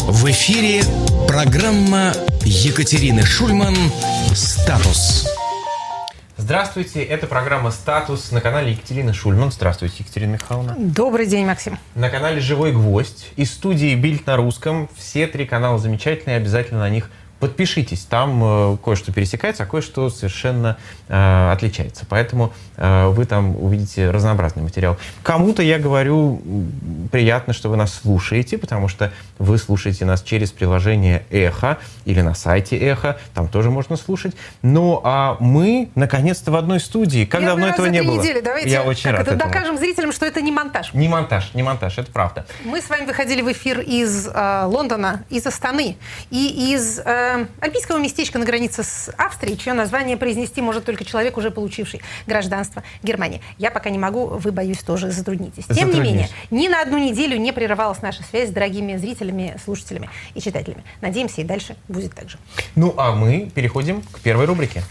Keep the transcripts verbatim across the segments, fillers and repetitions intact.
В эфире программа Екатерины Шульман «Статус». Здравствуйте, это программа «Статус» на канале Екатерины Шульман. Здравствуйте, Екатерина Михайловна. Добрый день, Максим. На канале «Живой гвоздь». Из студии «Бильд на русском». Все три канала замечательные, обязательно на них подпишитесь. Там э, кое-что пересекается, а кое-что совершенно э, отличается. Поэтому э, вы там увидите разнообразный материал. Кому-то, я говорю, приятно, что вы нас слушаете, потому что вы слушаете нас через приложение «Эхо» или на сайте «Эхо». Там тоже можно слушать. Ну, а мы, наконец-то, в одной студии. Как Первый давно раз этого за не три было? недели. Давайте я очень рад это этому. докажем зрителям, что это не монтаж. Не монтаж, не монтаж, это правда. Мы с вами выходили в эфир из э, Лондона, из Астаны и из э, альпийского местечка на границе с Австрией, чье название произнести может только человек, уже получивший гражданство Германии. Я пока не могу, вы, боюсь, тоже затруднитесь. Тем не менее, ни на одну неделю не прерывалась наша связь с дорогими зрителями, слушателями и читателями. Надеемся, и дальше будет так же. Ну, а мы переходим к первой рубрике.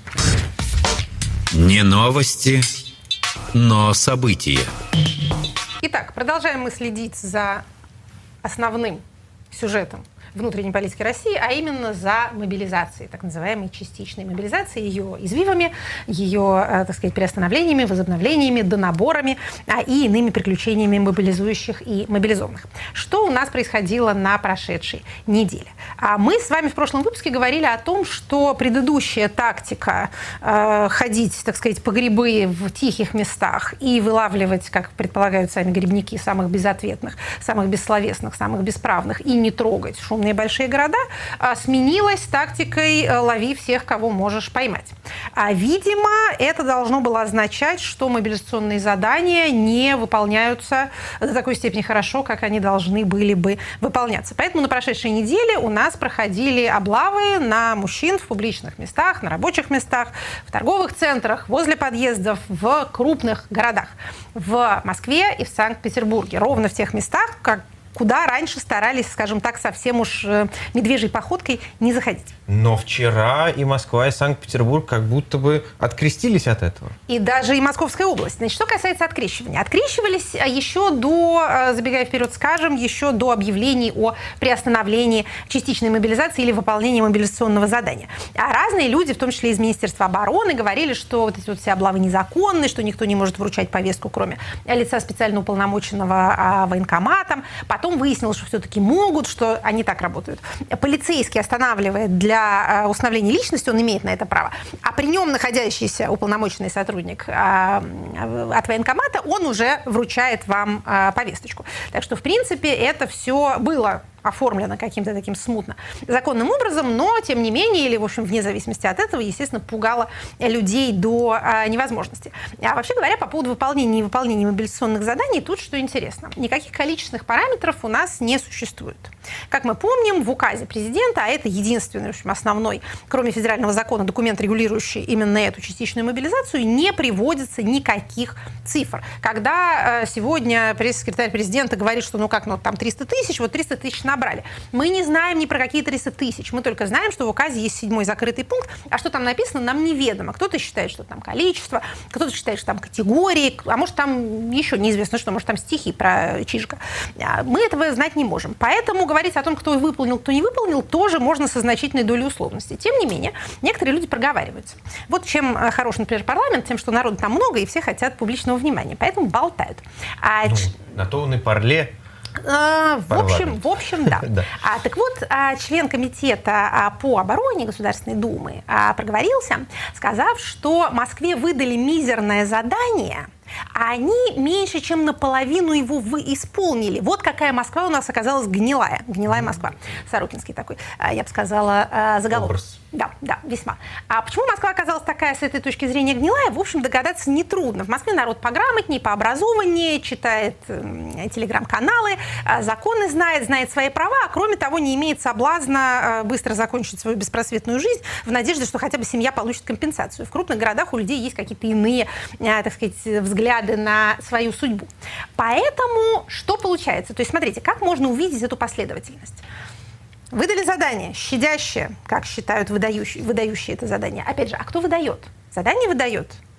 Не новости, но события. Итак, продолжаем мы следить за основным сюжетом внутренней политики России, а именно за мобилизацией, так называемой частичной мобилизацией, ее извивами, ее, так сказать, приостановлениями, возобновлениями, донаборами а, и иными приключениями мобилизующих и мобилизованных. Что у нас происходило на прошедшей неделе? А мы с вами в прошлом выпуске говорили о том, что предыдущая тактика э, ходить, так сказать, по грибы в тихих местах и вылавливать, как предполагают сами грибники, самых безответных, самых бессловесных, самых бесправных и не трогать шум большие города, сменилась тактикой «лови всех, кого можешь поймать». А, видимо, это должно было означать, что мобилизационные задания не выполняются до такой степени хорошо, как они должны были бы выполняться. Поэтому на прошедшей неделе у нас проходили облавы на мужчин в публичных местах, на рабочих местах, в торговых центрах, возле подъездов, в крупных городах. В Москве и в Санкт-Петербурге. Ровно в тех местах, как куда раньше старались, скажем так, совсем уж медвежьей походкой не заходить. Но вчера и Москва, и Санкт-Петербург как будто бы открестились от этого. И даже и Московская область. Значит, что касается открещивания. Открещивались еще до, забегая вперед, скажем, еще до объявлений о приостановлении частичной мобилизации или выполнении мобилизационного задания. А разные люди, в том числе из Министерства обороны, говорили, что вот эти вот все облавы незаконны, что никто не может вручать повестку, кроме лица специально уполномоченного военкоматом. Потом выяснилось, что все-таки могут, что они так работают. Полицейский останавливает для установления личности, он имеет на это право. А при нем находящийся уполномоченный сотрудник от военкомата, он уже вручает вам повесточку. Так что, в принципе, это все было оформлено каким-то таким смутно законным образом, но, тем не менее, или, в общем, вне зависимости от этого, естественно, пугало людей до а, невозможности. А вообще говоря, по поводу выполнения и невыполнения мобилизационных заданий, тут что интересно. Никаких количественных параметров у нас не существует. Как мы помним, в указе президента, а это единственный, в общем, основной, кроме федерального закона, документ, регулирующий именно эту частичную мобилизацию, не приводится никаких цифр. Когда э, сегодня пресс-секретарь президента говорит, что ну как, ну там триста тысяч, вот триста тысяч на набрали. Мы не знаем ни про какие триста тысяч. Мы только знаем, что в указе есть седьмой закрытый пункт, а что там написано, нам неведомо. Кто-то считает, что там количество, кто-то считает, что там категории, а может там еще неизвестно что, может там стихи про Чижика. Мы этого знать не можем. Поэтому говорить о том, кто выполнил, кто не выполнил, тоже можно со значительной долей условности. Тем не менее, некоторые люди проговариваются. Вот чем хорош, например, парламент, тем, что народу там много, и все хотят публичного внимания. Поэтому болтают. А... Ну, на то он и парле. А, в, общем, в общем, да. да. А, так вот, а, член комитета а, по обороне Государственной Думы а, проговорился, сказав, что Москве выдали мизерное задание, а они меньше, чем наполовину его вы исполнили. Вот какая Москва у нас оказалась гнилая. Гнилая Москва. Сорокинский такой, я бы сказала, заголовок. Образ. Да, да, весьма. А почему Москва оказалась такая с этой точки зрения гнилая, в общем, догадаться нетрудно. В Москве народ пограмотнее, пообразованнее, читает э, телеграм-каналы, э, законы знает, знает свои права, а кроме того, не имеет соблазна э, быстро закончить свою беспросветную жизнь в надежде, что хотя бы семья получит компенсацию. В крупных городах у людей есть какие-то иные, э, так сказать, взгляды на свою судьбу. Поэтому что получается? То есть, смотрите, как можно увидеть эту последовательность? Выдали задание, щадящее, как считают выдающие, выдающие это задание. Опять же, а кто выдает? Задание выдает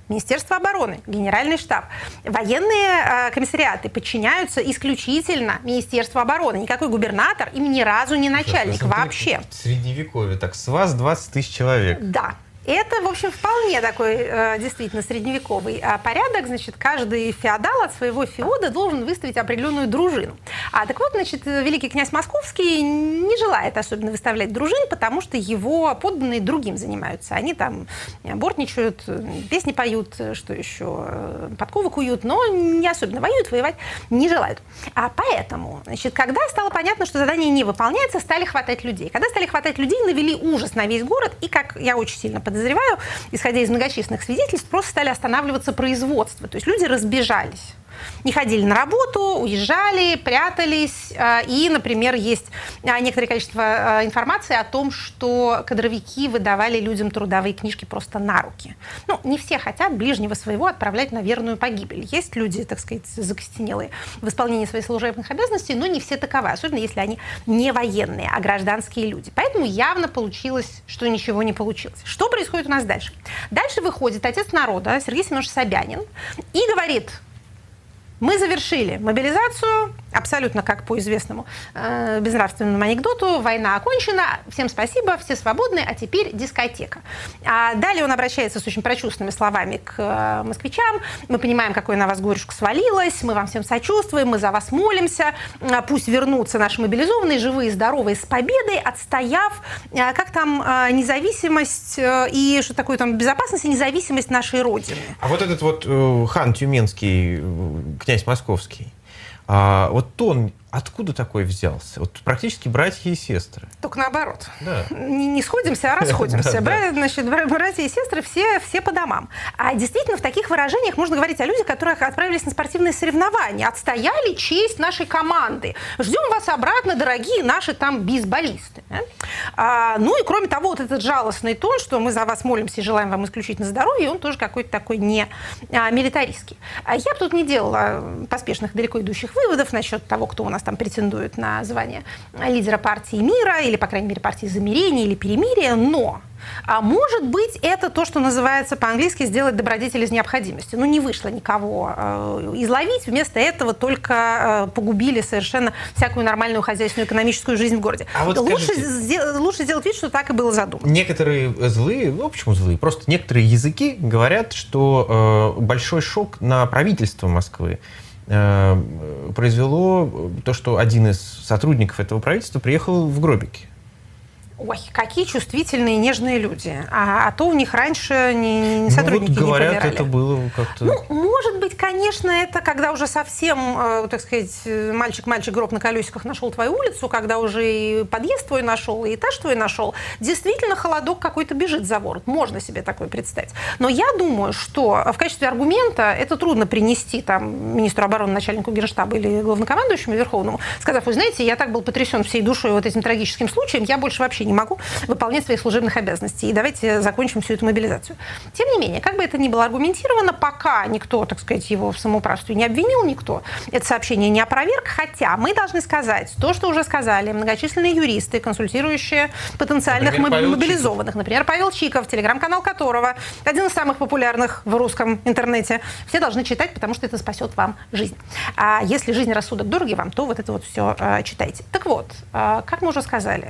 Министерство обороны, Генеральный штаб, военные э, комиссариаты подчиняются исключительно Министерству обороны. Никакой губернатор им ни разу не начальник Смотри, вообще. Средневековье, так, с вас двадцать тысяч человек. Да. Это, в общем, вполне такой э, действительно средневековый э, порядок. Значит, каждый феодал от своего феода должен выставить определенную дружину. А так вот, значит, великий князь Московский не желает особенно выставлять дружин, потому что его подданные другим занимаются. Они там бортничают, песни поют, что еще, подковы куют, но не особенно воюют, воевать не желают. А поэтому, значит, когда стало понятно, что задание не выполняется, стали хватать людей. Когда стали хватать людей, навели ужас на весь город, и, как я очень сильно подозреваю, подозреваю, исходя из многочисленных свидетельств, просто стали останавливаться производства. То есть люди разбежались. Не ходили на работу, уезжали, прятались. И, например, есть некоторое количество информации о том, что кадровики выдавали людям трудовые книжки просто на руки. Ну, не все хотят ближнего своего отправлять на верную погибель. Есть люди, так сказать, закостенелые в исполнении своих служебных обязанностей, но не все таковы, особенно если они не военные, а гражданские люди. Поэтому явно получилось, что ничего не получилось. Что происходит у нас дальше? Дальше выходит отец народа Сергей Семенович Собянин и говорит: мы завершили мобилизацию, абсолютно как по известному э, безнравственному анекдоту. Война окончена, всем спасибо, все свободны, а теперь дискотека. А далее он обращается с очень прочувственными словами к э, москвичам. Мы понимаем, какое на вас горюшка свалилось, мы вам всем сочувствуем, мы за вас молимся. Э, пусть вернутся наши мобилизованные, живые, здоровые, с победой, отстояв, э, как там, э, независимость э, и что такое там безопасность и независимость нашей Родины. А вот этот вот э, хан Тюменский, князь Московский, а вот он откуда такой взялся? Вот практически братья и сестры. Только наоборот. Да. Не, не сходимся, а расходимся. Бра- значит, братья и сестры все, все по домам. А действительно, в таких выражениях можно говорить о людях, которые отправились на спортивные соревнования, отстояли честь нашей команды. Ждем вас обратно, дорогие наши там бейсболисты. А, ну и кроме того, вот этот жалостный тон, что мы за вас молимся и желаем вам исключительно здоровья, он тоже какой-то такой не а, милитаристский. А я бы тут не делала поспешных, далеко идущих выводов насчет того, кто у нас там претендует на звание лидера партии мира, или, по крайней мере, партии замирения или перемирия, но а может быть, это то, что называется по-английски «сделать добродетель из необходимости». Ну, не вышло никого э, изловить, вместо этого только э, погубили совершенно всякую нормальную хозяйственную экономическую жизнь в городе. А вот лучше, сде- лучше сделать вид, что так и было задумано. Некоторые злые, ну почему злые, просто некоторые языки говорят, что э, большой шок на правительство Москвы э, произвело то, что один из сотрудников этого правительства приехал в гробике. Ой, какие чувствительные, нежные люди. А, а то у них раньше не, не сотрудники ну, вот, говорят, не помирали. Это было как-то... Ну, может быть, конечно, это когда уже совсем, э, так сказать, мальчик-мальчик гроб на колесиках нашел твою улицу, когда уже и подъезд твой нашел, и этаж твой нашел. Действительно, холодок какой-то бежит за ворот. Можно себе такое представить. Но я думаю, что в качестве аргумента это трудно принести там министру обороны, начальнику Генштаба или главнокомандующему Верховному, сказав: вы знаете, я так был потрясен всей душой вот этим трагическим случаем, я больше вообще не могу выполнять своих служебных обязанностей. И давайте закончим всю эту мобилизацию. Тем не менее, как бы это ни было аргументировано, пока никто, так сказать, его в самоуправстве не обвинил, никто это сообщение не опроверг, хотя мы должны сказать то, что уже сказали многочисленные юристы, консультирующие потенциальных например, мобилизованных. Чиков. Например, Павел Чиков, телеграм-канал которого один из самых популярных в русском интернете. Все должны читать, потому что это спасет вам жизнь. А если жизнь и рассудок дороги вам, то вот это вот все э, читайте. Так вот, э, как мы уже сказали,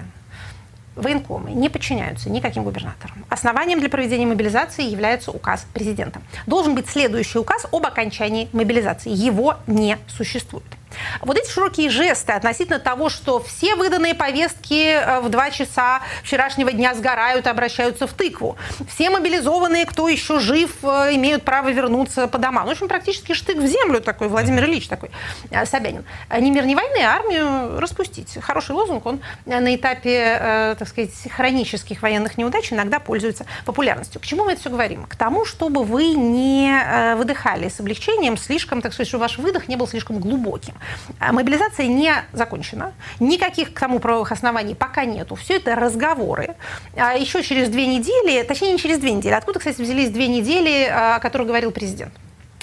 военкомы не подчиняются никаким губернаторам. Основанием для проведения мобилизации является указ президента. Должен быть следующий указ об окончании мобилизации. Его не существует. Вот эти широкие жесты относительно того, что все выданные повестки в два часа вчерашнего дня сгорают и обращаются в тыкву. Все мобилизованные, кто еще жив, имеют право вернуться по домам. Ну, в общем, практически штык в землю такой, Владимир Ильич такой, Собянин. Ни мир, ни войны, а армию распустить. Хороший лозунг, он на этапе, так сказать, хронических военных неудач иногда пользуется популярностью. К чему мы это все говорим? К тому, чтобы вы не выдыхали с облегчением слишком, так сказать, чтобы ваш выдох не был слишком глубоким. Мобилизация не закончена. Никаких к тому правовых оснований пока нету. Все это разговоры. Еще через две недели, точнее, не через две недели. Откуда, кстати, взялись две недели, о которых говорил президент?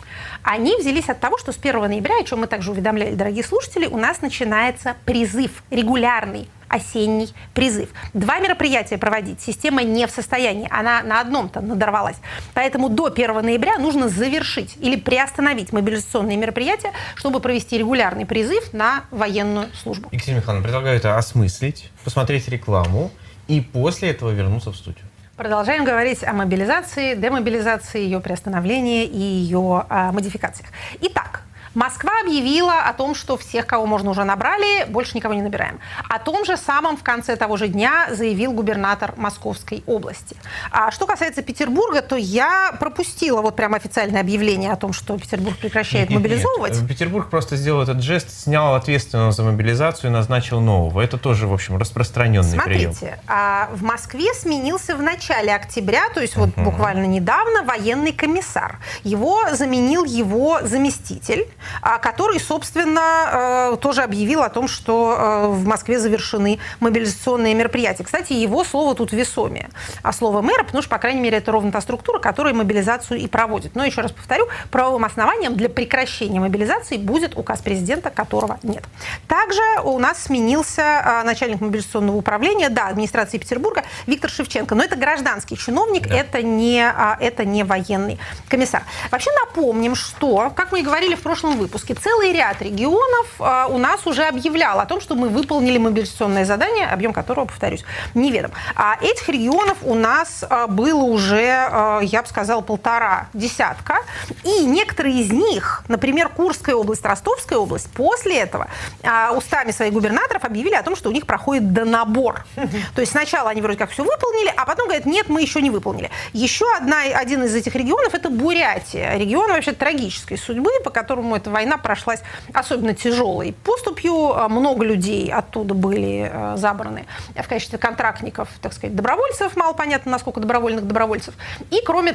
Они взялись от того, что с первого ноября, о чем мы также уведомляли, дорогие слушатели, у нас начинается призыв регулярный, осенний призыв. Два мероприятия проводить система не в состоянии, она на одном-то надорвалась. Поэтому до первого ноября нужно завершить или приостановить мобилизационные мероприятия, чтобы провести регулярный призыв на военную службу. Екатерина Михайловна, предлагаю это осмыслить, посмотреть рекламу и после этого вернуться в студию. Продолжаем говорить о мобилизации, демобилизации, ее приостановлении и ее а, модификациях. Итак, Москва объявила о том, что всех, кого можно, уже набрали, больше никого не набираем. О том же самом в конце того же дня заявил губернатор Московской области. А что касается Петербурга, то я пропустила вот прям официальное объявление о том, что Петербург прекращает нет, мобилизовывать. Нет. Петербург просто сделал этот жест, снял ответственного за мобилизацию и назначил нового. Это тоже, в общем, распространенный Смотрите, прием. Смотрите, а в Москве сменился в начале октября, то есть вот uh-huh. буквально недавно, военный комиссар. Его заменил его заместитель, который, собственно, тоже объявил о том, что в Москве завершены мобилизационные мероприятия. Кстати, его слово тут весомее. А слово мэра, потому что, по крайней мере, это ровно та структура, которая мобилизацию и проводит. Но, еще раз повторю, правовым основанием для прекращения мобилизации будет указ президента, которого нет. Также у нас сменился начальник мобилизационного управления, да, администрации Петербурга, Виктор Шевченко. Но это гражданский чиновник, да. это, не, это не военный комиссар. Вообще напомним, что, как мы и говорили в прошлом выпуске, целый ряд регионов а, у нас уже объявлял о том, что мы выполнили мобилизационное задание, объем которого, повторюсь, неведом. А этих регионов у нас а, было уже, а, я бы сказала, полтора десятка. И некоторые из них, например, Курская область, Ростовская область, после этого а, устами своих губернаторов объявили о том, что у них проходит донабор. То есть сначала они вроде как все выполнили, а потом говорят, нет, мы еще не выполнили. Еще одна, один из этих регионов – это Бурятия. Регион вообще трагической судьбы, по которому эта война прошлась особенно тяжелой поступью. Много людей оттуда были забраны в качестве контрактников, так сказать, добровольцев. Мало понятно, насколько добровольных добровольцев. И, кроме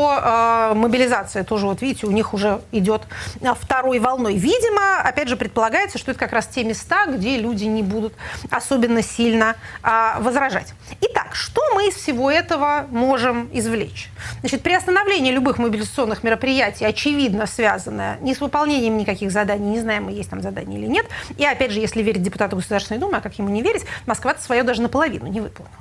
того, мобилизация тоже, вот видите, у них уже идет второй волной. Видимо, опять же, предполагается, что это как раз те места, где люди не будут особенно сильно возражать. Итак, что мы из всего этого можем извлечь? Значит, приостановление любых мобилизационных мероприятий, очевидно, связано не с выполнением никаких заданий, не знаем, мы есть там задания или нет. И опять же, если верить депутату Государственной Думы, а как ему не верить, Москва-то свое даже наполовину не выполнила.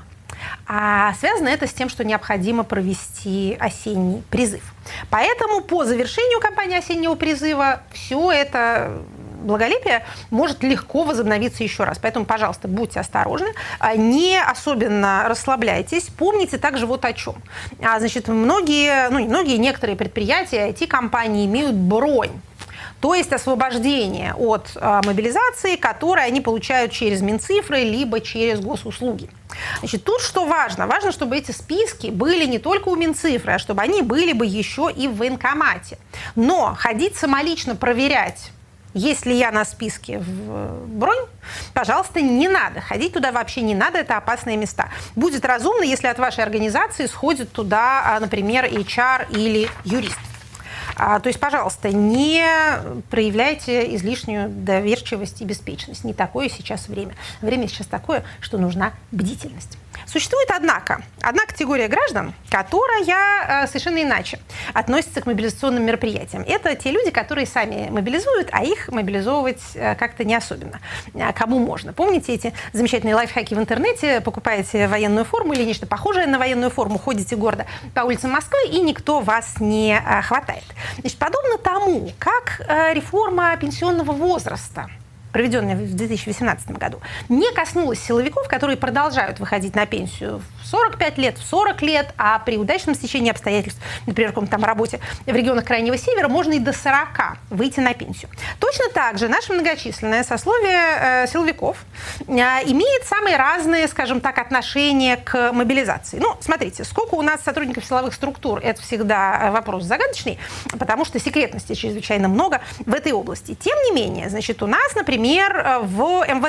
А связано это с тем, что необходимо провести осенний призыв. Поэтому по завершению кампании осеннего призыва все это благолепие может легко возобновиться еще раз. Поэтому, пожалуйста, будьте осторожны, не особенно расслабляйтесь. Помните также вот о чем. Значит, многие, ну не многие, некоторые предприятия, ай ти-компании имеют бронь. То есть освобождение от а, мобилизации, которые они получают через Минцифры, либо через госуслуги. Значит, тут что важно? Важно, чтобы эти списки были не только у Минцифры, а чтобы они были бы еще и в военкомате. Но ходить самолично проверять, есть ли я на списке в бронь, пожалуйста, не надо. Ходить туда вообще не надо, это опасные места. Будет разумно, если от вашей организации сходит туда, например, эйч ар или юрист. То есть, пожалуйста, не проявляйте излишнюю доверчивость и беспечность. Не такое сейчас время. Время сейчас такое, что нужна бдительность. Существует, однако, одна категория граждан, которая совершенно иначе относится к мобилизационным мероприятиям. Это те люди, которые сами мобилизуют, а их мобилизовывать как-то не особенно. Кому можно? Помните эти замечательные лайфхаки в интернете? Покупаете военную форму или нечто похожее на военную форму, ходите гордо по улицам Москвы, и никто вас не хватает. Значит, подобно тому, как реформа пенсионного возраста, проведенная в две тысячи восемнадцатом году, не коснулась силовиков, которые продолжают выходить на пенсию в сорок пять лет, в сорок лет, а при удачном стечении обстоятельств, например, в каком-то там работе в регионах Крайнего Севера, можно и до сорока выйти на пенсию. Точно так же наше многочисленное сословие э, силовиков э, имеет самые разные, скажем так, отношения к мобилизации. Ну, смотрите, сколько у нас сотрудников силовых структур, это всегда вопрос загадочный, потому что секретности чрезвычайно много в этой области. Тем не менее, значит, у нас, например, Например, в эм вэ дэ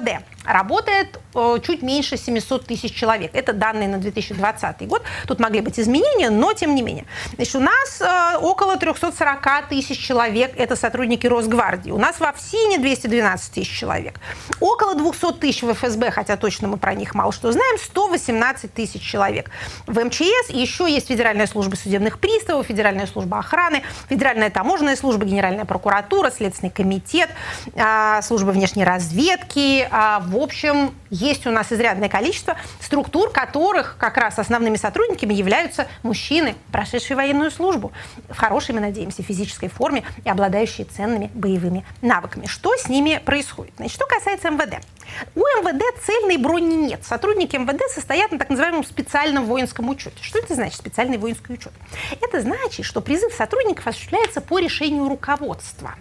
работает э, чуть меньше семисот тысяч человек. Это данные на две тысячи двадцатый год. Тут могли быть изменения, но тем не менее. Значит, у нас э, около трехсот сорока тысяч человек – это сотрудники Росгвардии. У нас во ФСИНе двести двенадцать тысяч человек. Около двухсот тысяч в ФСБ, хотя точно мы про них мало что знаем, сто восемнадцать тысяч человек. В МЧС еще есть Федеральная служба судебных приставов, Федеральная служба охраны, Федеральная таможенная служба, Генеральная прокуратура, Следственный комитет, служба внешней разведки. В общем, есть у нас изрядное количество структур, которых как раз основными сотрудниками являются мужчины, прошедшие военную службу, в хорошей, мы надеемся, физической форме и обладающие ценными боевыми навыками. Что с ними происходит? Значит, что касается МВД. У МВД цельной брони нет. Сотрудники МВД состоят на так называемом специальном воинском учете. Что это значит, специальный воинский учет? Это значит, что призыв сотрудников осуществляется по решению руководства.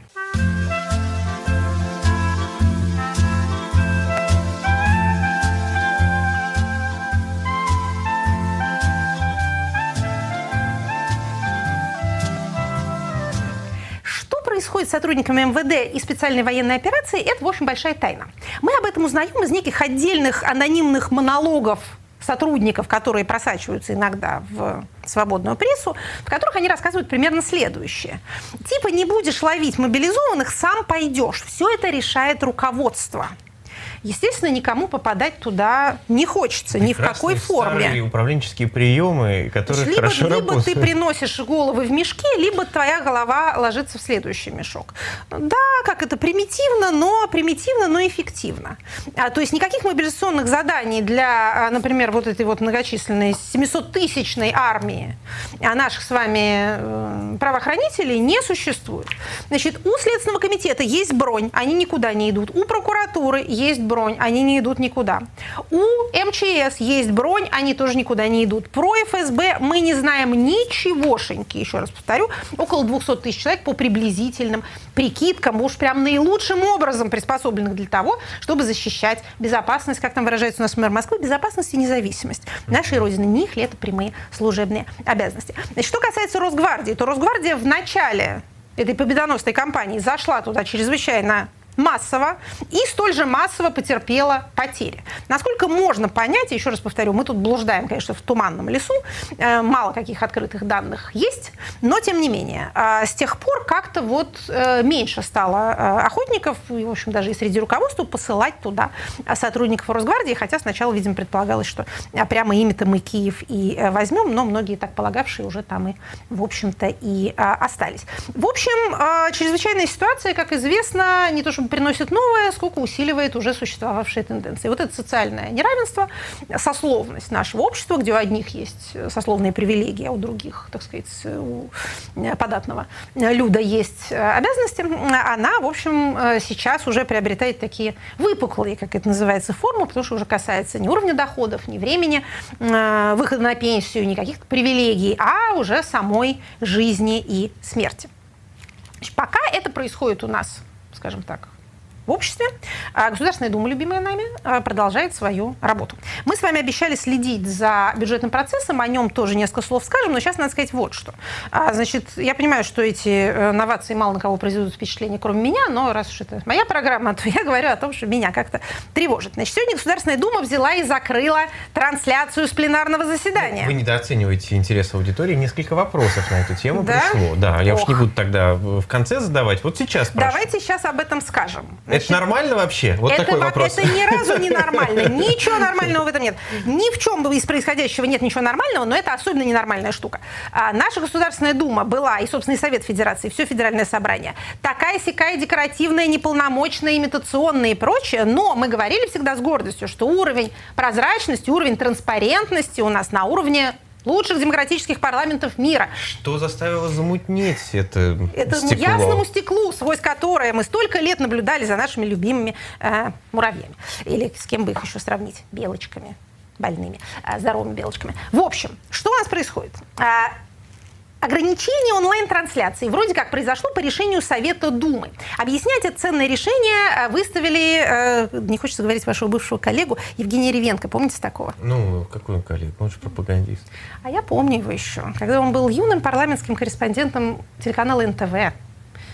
Происходит с сотрудниками МВД и специальной военной операции, это, в общем, большая тайна. Мы об этом узнаем из неких отдельных анонимных монологов сотрудников, которые просачиваются иногда в свободную прессу, в которых они рассказывают примерно следующее. Типа, не будешь ловить мобилизованных, сам пойдешь. Все это решает руководство. Естественно, никому попадать туда не хочется, ни в какой форме. Старые управленческие приемы, которые либо, хорошо либо работают. Ты приносишь головы в мешке, либо твоя голова ложится в следующий мешок. Да, как это примитивно, но примитивно, но эффективно. А, то есть никаких мобилизационных заданий для, например, вот этой вот многочисленной семисоттысячной армии наших с вами правоохранителей не существует. Значит, у Следственного комитета есть бронь, они никуда не идут. У прокуратуры есть бронь, они не идут никуда. У МЧС есть бронь, они тоже никуда не идут. Про ФСБ мы не знаем ничегошеньки, еще раз повторю, около двухсот тысяч человек по приблизительным прикидкам, уж прям наилучшим образом приспособленных для того, чтобы защищать безопасность, как там выражается у нас мэр Москвы, безопасность и независимость нашей Родины. Не их ли это прямые служебные обязанности. Значит, что касается Росгвардии, то Росгвардия в начале этой победоносной кампании зашла туда чрезвычайно массово и столь же массово потерпела потери. Насколько можно понять, еще раз повторю, мы тут блуждаем, конечно, в туманном лесу, мало каких открытых данных есть, но тем не менее, с тех пор как-то вот меньше стало охотников, и, в общем, даже и среди руководства посылать туда сотрудников Росгвардии, хотя сначала, видимо, предполагалось, что прямо ими-то мы Киев и возьмем, но многие так полагавшие уже там и, в общем-то, и остались. В общем, чрезвычайная ситуация, как известно, не то чтобы приносит новое, сколько усиливает уже существовавшие тенденции. Вот это социальное неравенство, сословность нашего общества, где у одних есть сословные привилегии, а у других, так сказать, у податного люда есть обязанности, она, в общем, сейчас уже приобретает такие выпуклые, как это называется, формы, потому что уже касается не уровня доходов, не времени выхода на пенсию, никаких привилегий, а уже самой жизни и смерти. Значит, пока это происходит у нас, скажем так, в обществе, Государственная Дума, любимая нами, продолжает свою работу. Мы с вами обещали следить за бюджетным процессом, о нем тоже несколько слов скажем, но сейчас надо сказать вот что. Значит, я понимаю, что эти новации мало на кого произведут впечатление, кроме меня, но раз уж это моя программа, то я говорю о том, что меня как-то тревожит. Значит, сегодня Государственная Дума взяла и закрыла трансляцию с пленарного заседания. Вы недооцениваете интерес аудитории. Несколько вопросов на эту тему да? пришло. Да, я Ох. уж не буду тогда в конце задавать. Вот сейчас прошу. Давайте сейчас об этом скажем. Это нормально вообще? Вот это, такой вопрос. Это ни разу не нормально. Ничего нормального в этом нет. Ни в чем из происходящего нет ничего нормального, но это особенно ненормальная штука. А наша Государственная Дума была, и, собственно, и Совет Федерации, все федеральное собрание, такая-сякая декоративная, неполномочная, имитационная и прочее, но мы говорили всегда с гордостью, что уровень прозрачности, уровень транспарентности у нас на уровне лучших демократических парламентов мира. Что заставило замутнеть это Этому стекло? ясному стеклу, сквозь которое мы столько лет наблюдали за нашими любимыми э, муравьями. Или с кем бы их еще сравнить? Белочками больными, э, здоровыми белочками. В общем, что у нас происходит? Э, Ограничение онлайн-трансляции вроде как произошло по решению Совета Думы. Объяснять это ценное решение выставили, не хочется говорить вашего бывшего коллегу, Евгения Ревенко. Помните такого? Ну, какой он коллега? Он же пропагандист. А я помню его еще, когда он был юным парламентским корреспондентом телеканала эн тэ вэ.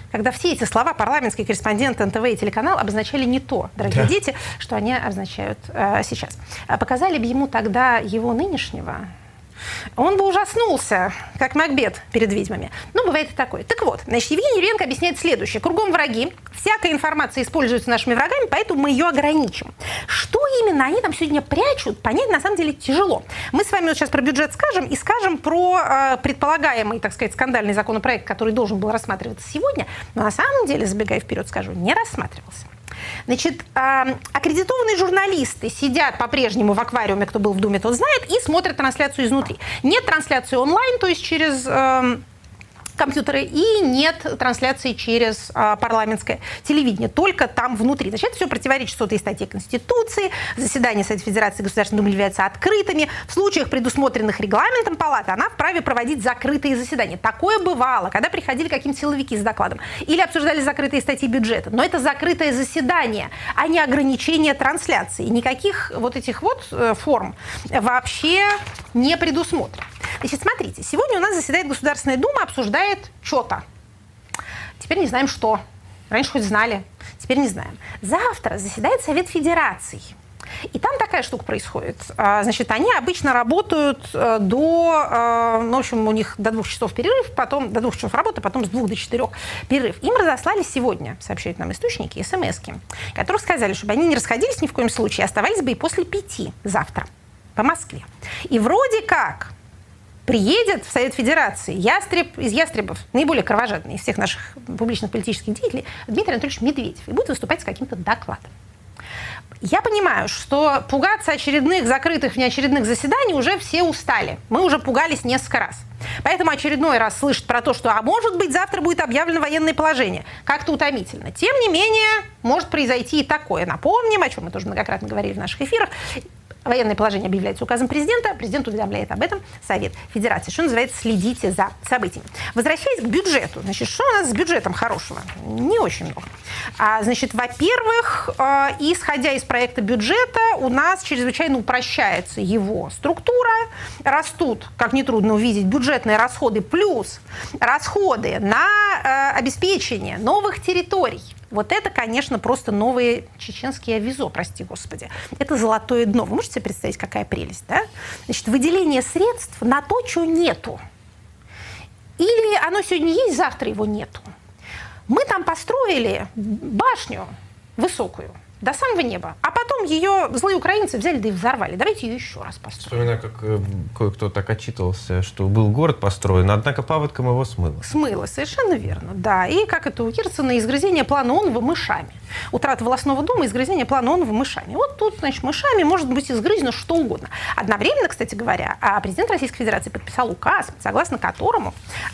когда все эти слова парламентский корреспондент эн тэ вэ и телеканал обозначали не то, дорогие да. дети, что они обозначают э, сейчас. Показали бы ему тогда его нынешнего, он бы ужаснулся, как Макбет перед ведьмами. Ну, бывает и такое. Так вот, значит, Евгений Юренко объясняет следующее. Кругом враги, всякая информация используется нашими врагами, поэтому мы ее ограничим. Что именно они там сегодня прячут, понять на самом деле тяжело. Мы с вами вот сейчас про бюджет скажем и скажем про э, предполагаемый, так сказать, скандальный законопроект, который должен был рассматриваться сегодня, но на самом деле, забегая вперед, скажу, не рассматривался. Значит, э, аккредитованные журналисты сидят по-прежнему в аквариуме, кто был в Думе, тот знает, и смотрят трансляцию изнутри. Нет трансляции онлайн, то есть через... Э, компьютеры, и нет трансляции через а, парламентское телевидение, только там внутри. Значит, это все противоречит сотой статье Конституции, заседания Совета Федерации Государственной Думы являются открытыми. В случаях, предусмотренных регламентом палаты, она вправе проводить закрытые заседания. Такое бывало, когда приходили какие-то силовики с докладом или обсуждали закрытые статьи бюджета. Но это закрытое заседание, а не ограничение трансляции. Никаких вот этих вот э, форм вообще не предусмотрено. Значит, смотрите, сегодня у нас заседает Государственная Дума, обсуждает что-то. Теперь не знаем, что. Раньше хоть знали, теперь не знаем. Завтра заседает Совет Федераций. И там такая штука происходит. Значит, они обычно работают до, ну, в общем, у них до двух часов перерыв, потом до двух часов работы, потом с двух до четырех перерыв. Им разослали сегодня, сообщают нам источники, смс-ки, которые сказали, чтобы они не расходились ни в коем случае, оставались бы и после пяти завтра по Москве. И вроде как приедет в Совет Федерации ястреб из ястребов, наиболее кровожадный из всех наших публичных политических деятелей, Дмитрий Анатольевич Медведев, и будет выступать с каким-то докладом. Я понимаю, что пугаться очередных закрытых внеочередных заседаний уже все устали. Мы уже пугались несколько раз. Поэтому очередной раз слышать про то, что, а может быть, завтра будет объявлено военное положение, как-то утомительно. Тем не менее, может произойти и такое. Напомним, о чем мы тоже многократно говорили в наших эфирах. Военное положение объявляется указом президента, президент уведомляет об этом Совет Федерации. Что называется, следите за событиями. Возвращаясь к бюджету, значит, что у нас с бюджетом хорошего? Не очень много. А, значит, во-первых, э, исходя из проекта бюджета, у нас чрезвычайно упрощается его структура. Растут, как нетрудно увидеть, бюджетные расходы плюс расходы на э, обеспечение новых территорий. Вот это, конечно, просто новые чеченские авизо, прости господи. Это золотое дно. Вы можете себе представить, какая прелесть, да? Значит, выделение средств на то, чего нету. Или оно сегодня есть, завтра его нету. Мы там построили башню высокую до самого неба, а потом ее злые украинцы взяли да и взорвали. Давайте ее еще раз построим. Вспоминаю, как э, кое-кто так отчитывался, что был город построен, однако паводком его смыло. Смыло, совершенно верно, да. И как это у Кирцена, изгрызение плана Онова мышами. Утрата волосного дома, изгрызение плана Онова мышами. Вот тут, значит, мышами может быть изгрызено что угодно. Одновременно, кстати говоря, президент Российской Федерации подписал указ, согласно которому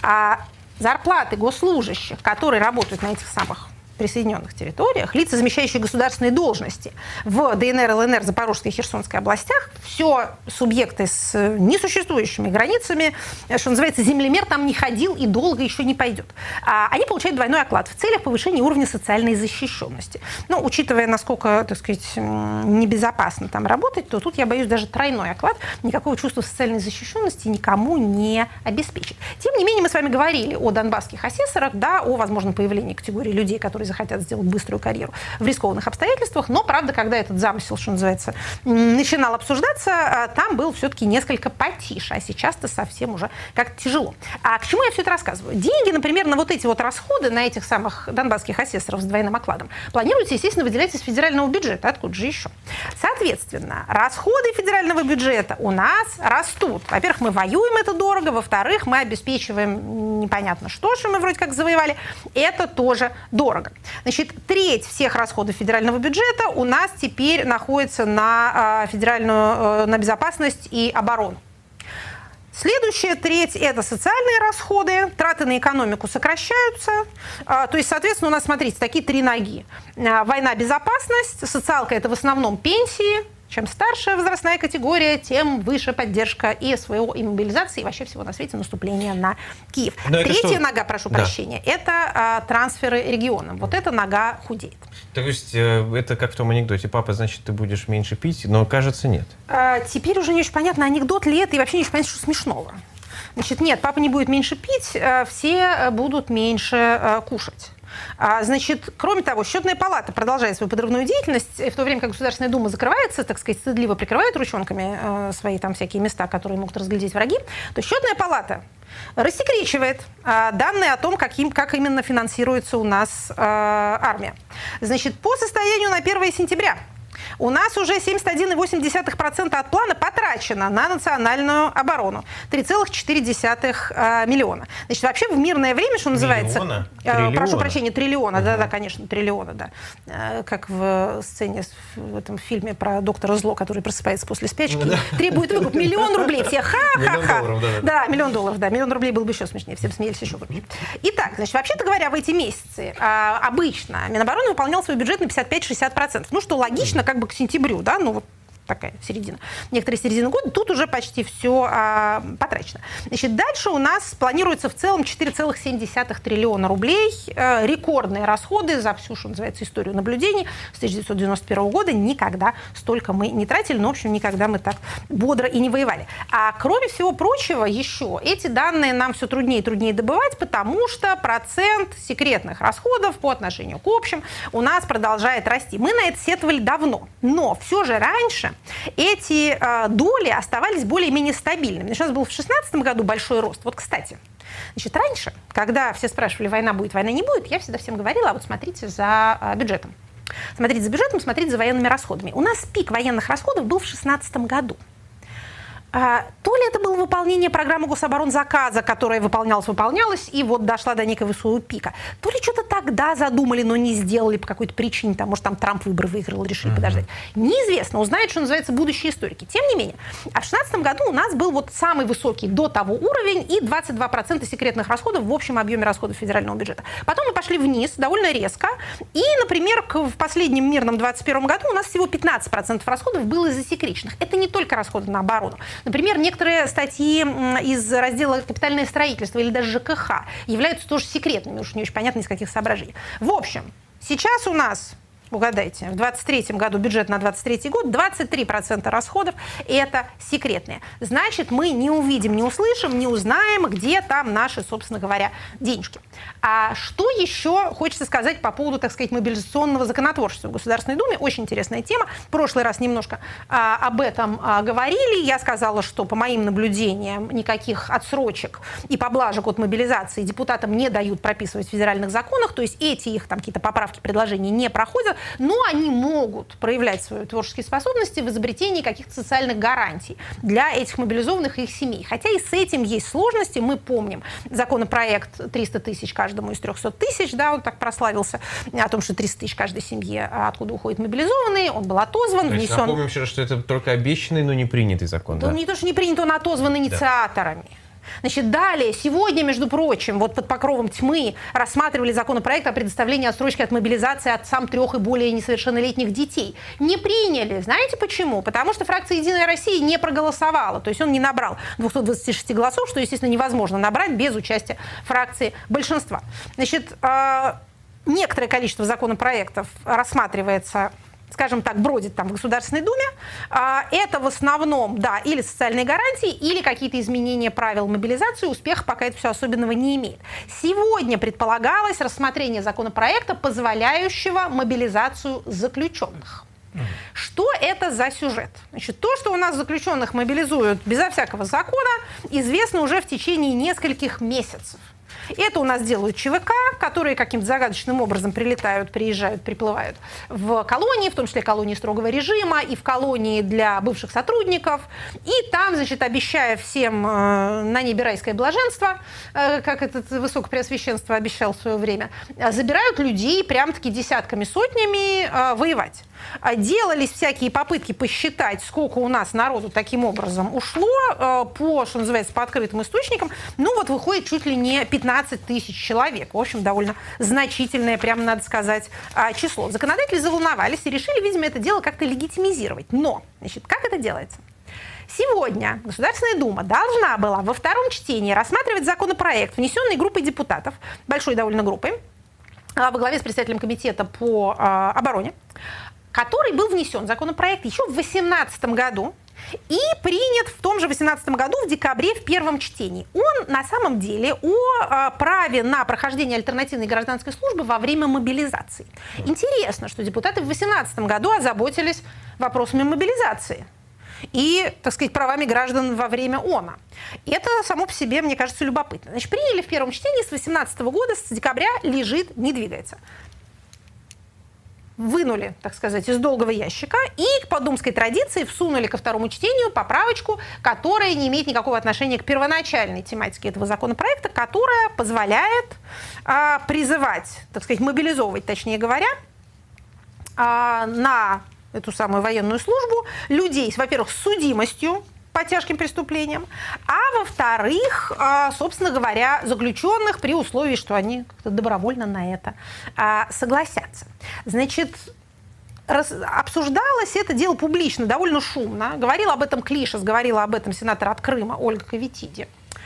зарплаты госслужащих, которые работают на этих самых присоединенных территориях, лица, замещающие государственные должности в дэ эн эр, эл эн эр, Запорожской и Херсонской областях, все субъекты с несуществующими границами, что называется, землемер там не ходил и долго еще не пойдет. А они получают двойной оклад в целях повышения уровня социальной защищенности. Ну, учитывая, насколько, так сказать, небезопасно там работать, то тут, я боюсь, даже тройной оклад никакого чувства социальной защищенности никому не обеспечит. Тем не менее, мы с вами говорили о донбасских асессорах, да, о возможном появлении категории людей, которые захотят сделать быструю карьеру в рискованных обстоятельствах. Но, правда, когда этот замысел, что называется, начинал обсуждаться, там был все-таки несколько потише. А сейчас-то совсем уже как-то тяжело. А к чему я все это рассказываю? Деньги, например, на вот эти вот расходы, на этих самых донбасских асессоров с двойным окладом, планируется, естественно, выделять из федерального бюджета. Откуда же еще? Соответственно, расходы федерального бюджета у нас растут. Во-первых, мы воюем, это дорого. Во-вторых, мы обеспечиваем непонятно что, что мы вроде как завоевали. Это тоже дорого. Значит, треть всех расходов федерального бюджета у нас теперь находится на федеральную, на безопасность и оборону. Следующая треть – это социальные расходы, траты на экономику сокращаются. То есть, соответственно, у нас, смотрите, такие три ноги. Война, безопасность, социалка – это в основном пенсии. Чем старшая возрастная категория, тем выше поддержка и СВО, и мобилизации, и вообще всего на свете наступления на Киев. Но Третья нога, прошу да. прощения, это а, трансферы регионам. Вот эта нога худеет. То есть э, это как в том анекдоте. Папа, значит, ты будешь меньше пить, но, кажется, нет. А, теперь уже не очень понятно, анекдот ли это, и вообще не очень понятно, что смешного. Значит, нет, папа не будет меньше пить, все будут меньше кушать. А, значит, кроме того, Счетная палата продолжает свою подрывную деятельность, в то время как Государственная Дума закрывается, так сказать, стыдливо прикрывает ручонками э, свои там всякие места, которые могут разглядеть враги, то Счетная палата рассекречивает э, данные о том, каким, как именно финансируется у нас э, армия. Значит, по состоянию на первое сентября у нас уже семьдесят один целых восемь десятых процента от плана потрачено на национальную оборону. три целых четыре десятых миллиона. Значит, вообще в мирное время, что называется... Миллиона? Э, прошу прощения, триллиона. Да-да, угу. Конечно, триллиона, да. Э, как в сцене, в этом фильме про доктора Зло, который просыпается после спячки, да. Требует выкуп. Миллион рублей. Все ха-ха-ха. Миллион долларов, да, да. Да, миллион долларов, да. Миллион рублей был бы еще смешнее. Все бы смеялись еще круче. Итак, значит, вообще-то говоря, в эти месяцы э, обычно Минобороны выполнял свой бюджет на пятьдесят пять - шестьдесят процентов. Ну, что логично, как бы к сентябрю, да, ну вот такая середина. Некоторые середины года, тут уже почти все а, потрачено. Значит, дальше у нас планируется в целом четыре целых семь десятых триллиона рублей. А, рекордные расходы за всю, что называется, историю наблюдений с тысяча девятьсот девяносто первого года. Никогда столько мы не тратили, но, в общем, никогда мы так бодро и не воевали. А кроме всего прочего, еще эти данные нам все труднее и труднее добывать, потому что процент секретных расходов по отношению к общим у нас продолжает расти. Мы на это сетовали давно, но все же раньше эти э, доли оставались более-менее стабильными. Значит, у нас был в две тысячи шестнадцатом году большой рост. Вот, кстати, значит, раньше, когда все спрашивали, война будет, война не будет, я всегда всем говорила, а вот смотрите за э, бюджетом. Смотрите за бюджетом, смотрите за военными расходами. У нас пик военных расходов был в две тысячи шестнадцатом году. А, то ли это было выполнение программы гособоронзаказа, которая выполнялась, выполнялась, и вот дошла до некого своего пика. То ли что-то тогда задумали, но не сделали по какой-то причине, там, может, там Трамп выборы выиграл, решили mm-hmm. подождать. Неизвестно, узнают, что называется, будущие историки. Тем не менее, а в две тысячи шестнадцатом году у нас был вот самый высокий до того уровень и двадцать два процента секретных расходов в общем объеме расходов федерального бюджета. Потом мы пошли вниз довольно резко, и, например, в последнем мирном двадцать первом году у нас всего пятнадцать процентов расходов было засекреченных. Это не только расходы на оборону. Например, некоторые статьи из раздела «Капитальное строительство» или даже ЖКХ являются тоже секретными, уж не очень понятно, из каких соображений. В общем, сейчас у нас, угадайте, в двадцать третьем году бюджет на двадцать третий год двадцать три процента расходов – это секретные. Значит, мы не увидим, не услышим, не узнаем, где там наши, собственно говоря, денежки. А что еще хочется сказать по поводу, так сказать, мобилизационного законотворчества в Государственной Думе? Очень интересная тема. В прошлый раз немножко а, об этом а, говорили. Я сказала, что по моим наблюдениям никаких отсрочек и поблажек от мобилизации депутатам не дают прописывать в федеральных законах. То есть эти их там какие-то поправки, предложения не проходят, но они могут проявлять свои творческие способности в изобретении каких-то социальных гарантий для этих мобилизованных и их семей. Хотя и с этим есть сложности. Мы помним законопроект триста тысяч каждому из трехсот тысяч, да, он так прославился о том, что триста тысяч каждой семье, откуда уходят мобилизованные, он был отозван, то внесен... Напомним еще раз, что это только обещанный, но не принятый закон. Да, да? Не то, что не принят, он отозван инициаторами. Да. Значит, далее, сегодня, между прочим, вот под покровом тьмы рассматривали законопроект о предоставлении отсрочки от мобилизации отцам трех и более несовершеннолетних детей. Не приняли. Знаете почему? Потому что фракция «Единая Россия» не проголосовала. То есть он не набрал двухсот двадцати шести голосов, что, естественно, невозможно набрать без участия фракции большинства. Значит, некоторое количество законопроектов рассматривается, скажем так, бродит там в Государственной Думе. Это в основном, да, или социальные гарантии, или какие-то изменения правил мобилизации. Успеха пока это все особенного не имеет. Сегодня предполагалось рассмотрение законопроекта, позволяющего мобилизацию заключенных. Что это за сюжет? Значит, то, что у нас заключенных мобилизуют безо всякого закона, известно уже в течение нескольких месяцев. Это у нас делают ЧВК, которые каким-то загадочным образом прилетают, приезжают, приплывают в колонии, в том числе колонии строгого режима и в колонии для бывших сотрудников. И там, значит, обещая всем э, на небе райское блаженство, э, как этот высокопреосвященство обещал в свое время, э, забирают людей прям-таки десятками, сотнями э, воевать. Делались всякие попытки посчитать, сколько у нас народу таким образом ушло э, по, что называется, по открытым источникам. Ну вот выходит чуть ли не пятнадцать тысяч человек. В общем, довольно значительное, прямо надо сказать, э, число. Законодатели заволновались и решили, видимо, это дело как-то легитимизировать. Но, значит, как это делается? Сегодня Государственная Дума должна была во втором чтении рассматривать законопроект, внесенный группой депутатов, большой довольно группой, во главе с председателем комитета по э, обороне, который был внесен законопроект еще в две тысячи восемнадцатом году и принят в том же восемнадцатом году в декабре в первом чтении. Он на самом деле о праве на прохождение альтернативной гражданской службы во время мобилизации. Интересно, что депутаты в восемнадцатом году озаботились вопросами мобилизации и, так сказать, правами граждан во время оно. Это само по себе, мне кажется, любопытно. Значит, приняли в первом чтении с восемнадцатого года, с декабря лежит, не двигается. Вынули, так сказать, из долгого ящика и по думской традиции всунули ко второму чтению поправочку, которая не имеет никакого отношения к первоначальной тематике этого законопроекта, которая позволяет а, призывать, так сказать, мобилизовывать, точнее говоря, а, на эту самую военную службу людей, во-первых, с судимостью по тяжким преступлениям, а во-вторых, собственно говоря, заключенных при условии, что они как-то добровольно на это согласятся. Значит, обсуждалось это дело публично, довольно шумно. Говорила об этом Клишес, говорила об этом сенатор от Крыма Ольга Кавитиди.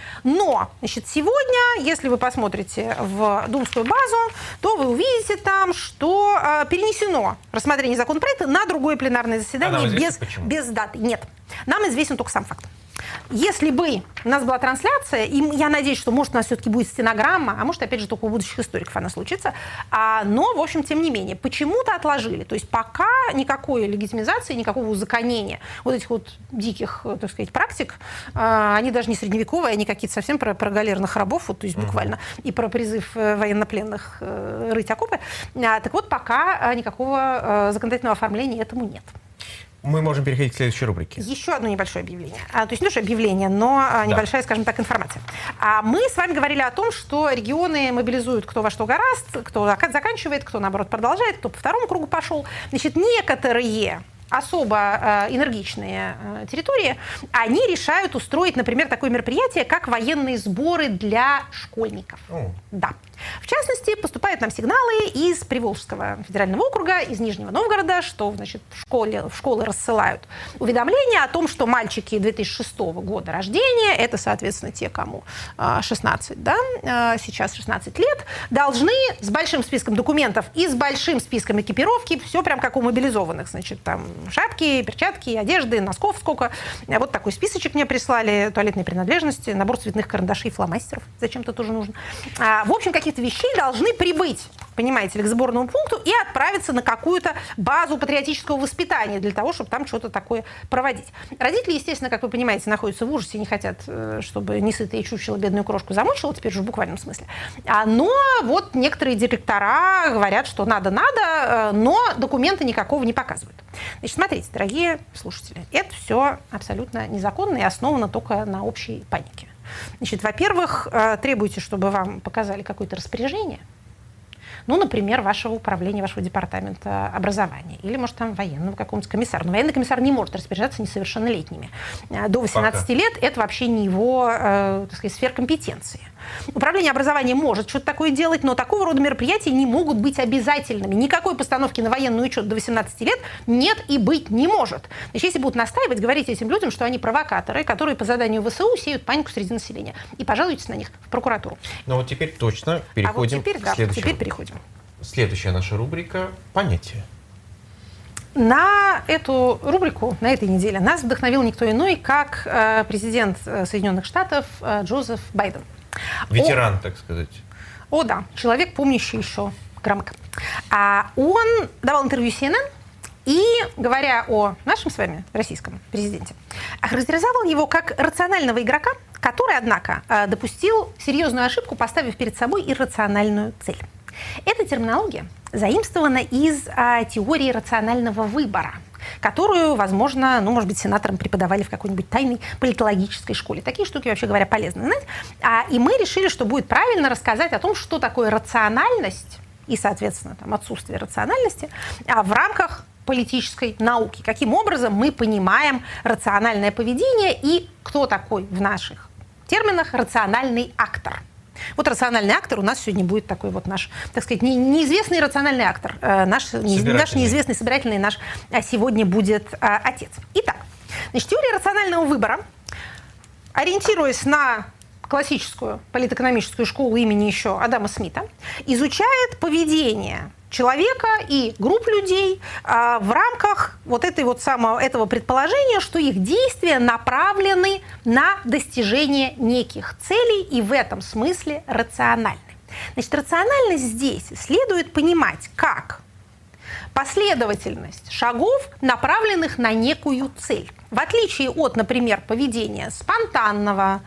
Но, значит, сегодня, если вы посмотрите в Думскую базу, то вы увидите там, что э, перенесено рассмотрение законопроекта на другое пленарное заседание без, без даты. Нет, нам известен только сам факт. Если бы у нас была трансляция, и я надеюсь, что, может, у нас все-таки будет стенограмма, а может, опять же, только у будущих историков она случится, а, но, в общем, тем не менее, почему-то отложили. То есть пока никакой легитимизации, никакого узаконения вот этих вот диких, так сказать, практик, а, они даже не средневековые, они какие-то совсем про, про галерных рабов, вот, то есть буквально, uh-huh. и про призыв военнопленных э, рыть окопы. А, так вот, пока никакого э, законодательного оформления этому нет. Мы можем переходить к следующей рубрике. Еще одно небольшое объявление. А, то есть не то, объявление, но да. небольшая, скажем так, информация. А мы с вами говорили о том, что регионы мобилизуют кто во что гораст, кто заканчивает, кто, наоборот, продолжает, кто по второму кругу пошел. Значит, некоторые особо э, энергичные э, территории, они решают устроить, например, такое мероприятие, как военные сборы для школьников. Oh. Да. В частности, поступают нам сигналы из Приволжского федерального округа, из Нижнего Новгорода, что, значит, в, школе, в школы рассылают уведомления о том, что мальчики две тысячи шестого года рождения, это, соответственно, те, кому шестнадцать, да, сейчас шестнадцать лет, должны с большим списком документов и с большим списком экипировки, все прям как у мобилизованных, значит, там шапки, перчатки, одежды, носков сколько. Вот такой списочек мне прислали, туалетные принадлежности, набор цветных карандашей, фломастеров, зачем-то тоже нужно. В общем, каких-то вещей должны прибыть, понимаете ли, к сборному пункту и отправиться на какую-то базу патриотического воспитания для того, чтобы там что-то такое проводить. Родители, естественно, как вы понимаете, находятся в ужасе, не хотят, чтобы несытые чучело бедную крошку замучило, теперь уже в буквальном смысле. Но вот некоторые директора говорят, что надо-надо, но документа никакого не показывают. Значит, смотрите, дорогие слушатели, это все абсолютно незаконно и основано только на общей панике. Значит, во-первых, требуйте, чтобы вам показали какое-то распоряжение, ну, например, вашего управления, вашего департамента образования, или, может, там, военного какого-нибудь комиссара. Но военный комиссар не может распоряжаться несовершеннолетними. До восемнадцати лет это вообще не его, э, так сказать, сфера компетенции. Управление образованием может что-то такое делать, но такого рода мероприятия не могут быть обязательными. Никакой постановки на военный учет до восемнадцати лет нет и быть не может. Значит, если будут настаивать, говорите этим людям, что они провокаторы, которые по заданию ВСУ сеют панику среди населения. И пожалуйтесь на них в прокуратуру. Ну вот теперь точно переходим а вот теперь, к да, следующему. Теперь переходим. Следующая наша рубрика «Понятие». На эту рубрику, на этой неделе, нас вдохновил никто иной, как э, президент Соединенных Штатов э, Джозеф Байден. Ветеран, О, так сказать. О, да, человек, помнящий еще грамотно. А он давал интервью си эн эн и, говоря о нашем с вами российском президенте, охарактеризовал его как рационального игрока, который, однако, допустил серьезную ошибку, поставив перед собой иррациональную цель. Эта терминология заимствована из а, теории рационального выбора, которую, возможно, ну, может быть, сенаторам преподавали в какой-нибудь тайной политологической школе. Такие штуки, вообще говоря, полезны знать. А, и мы решили, что будет правильно рассказать о том, что такое рациональность и, соответственно, там, отсутствие рациональности а, в рамках политической науки. Каким образом мы понимаем рациональное поведение и кто такой в наших терминах рациональный актор. Вот рациональный актор у нас сегодня будет такой вот наш, так сказать, не, неизвестный рациональный актор. Э, наш, не, наш неизвестный собирательный наш а сегодня будет а, отец. Итак, значит, теория рационального выбора, ориентируясь на классическую политэкономическую школу имени еще Адама Смита, изучает поведение человека и групп людей а, в рамках вот, этой вот самого, этого предположения, что их действия направлены на достижение неких целей и в этом смысле рациональны. Значит, рациональность здесь следует понимать как последовательность шагов, направленных на некую цель. В отличие от, например, поведения спонтанного,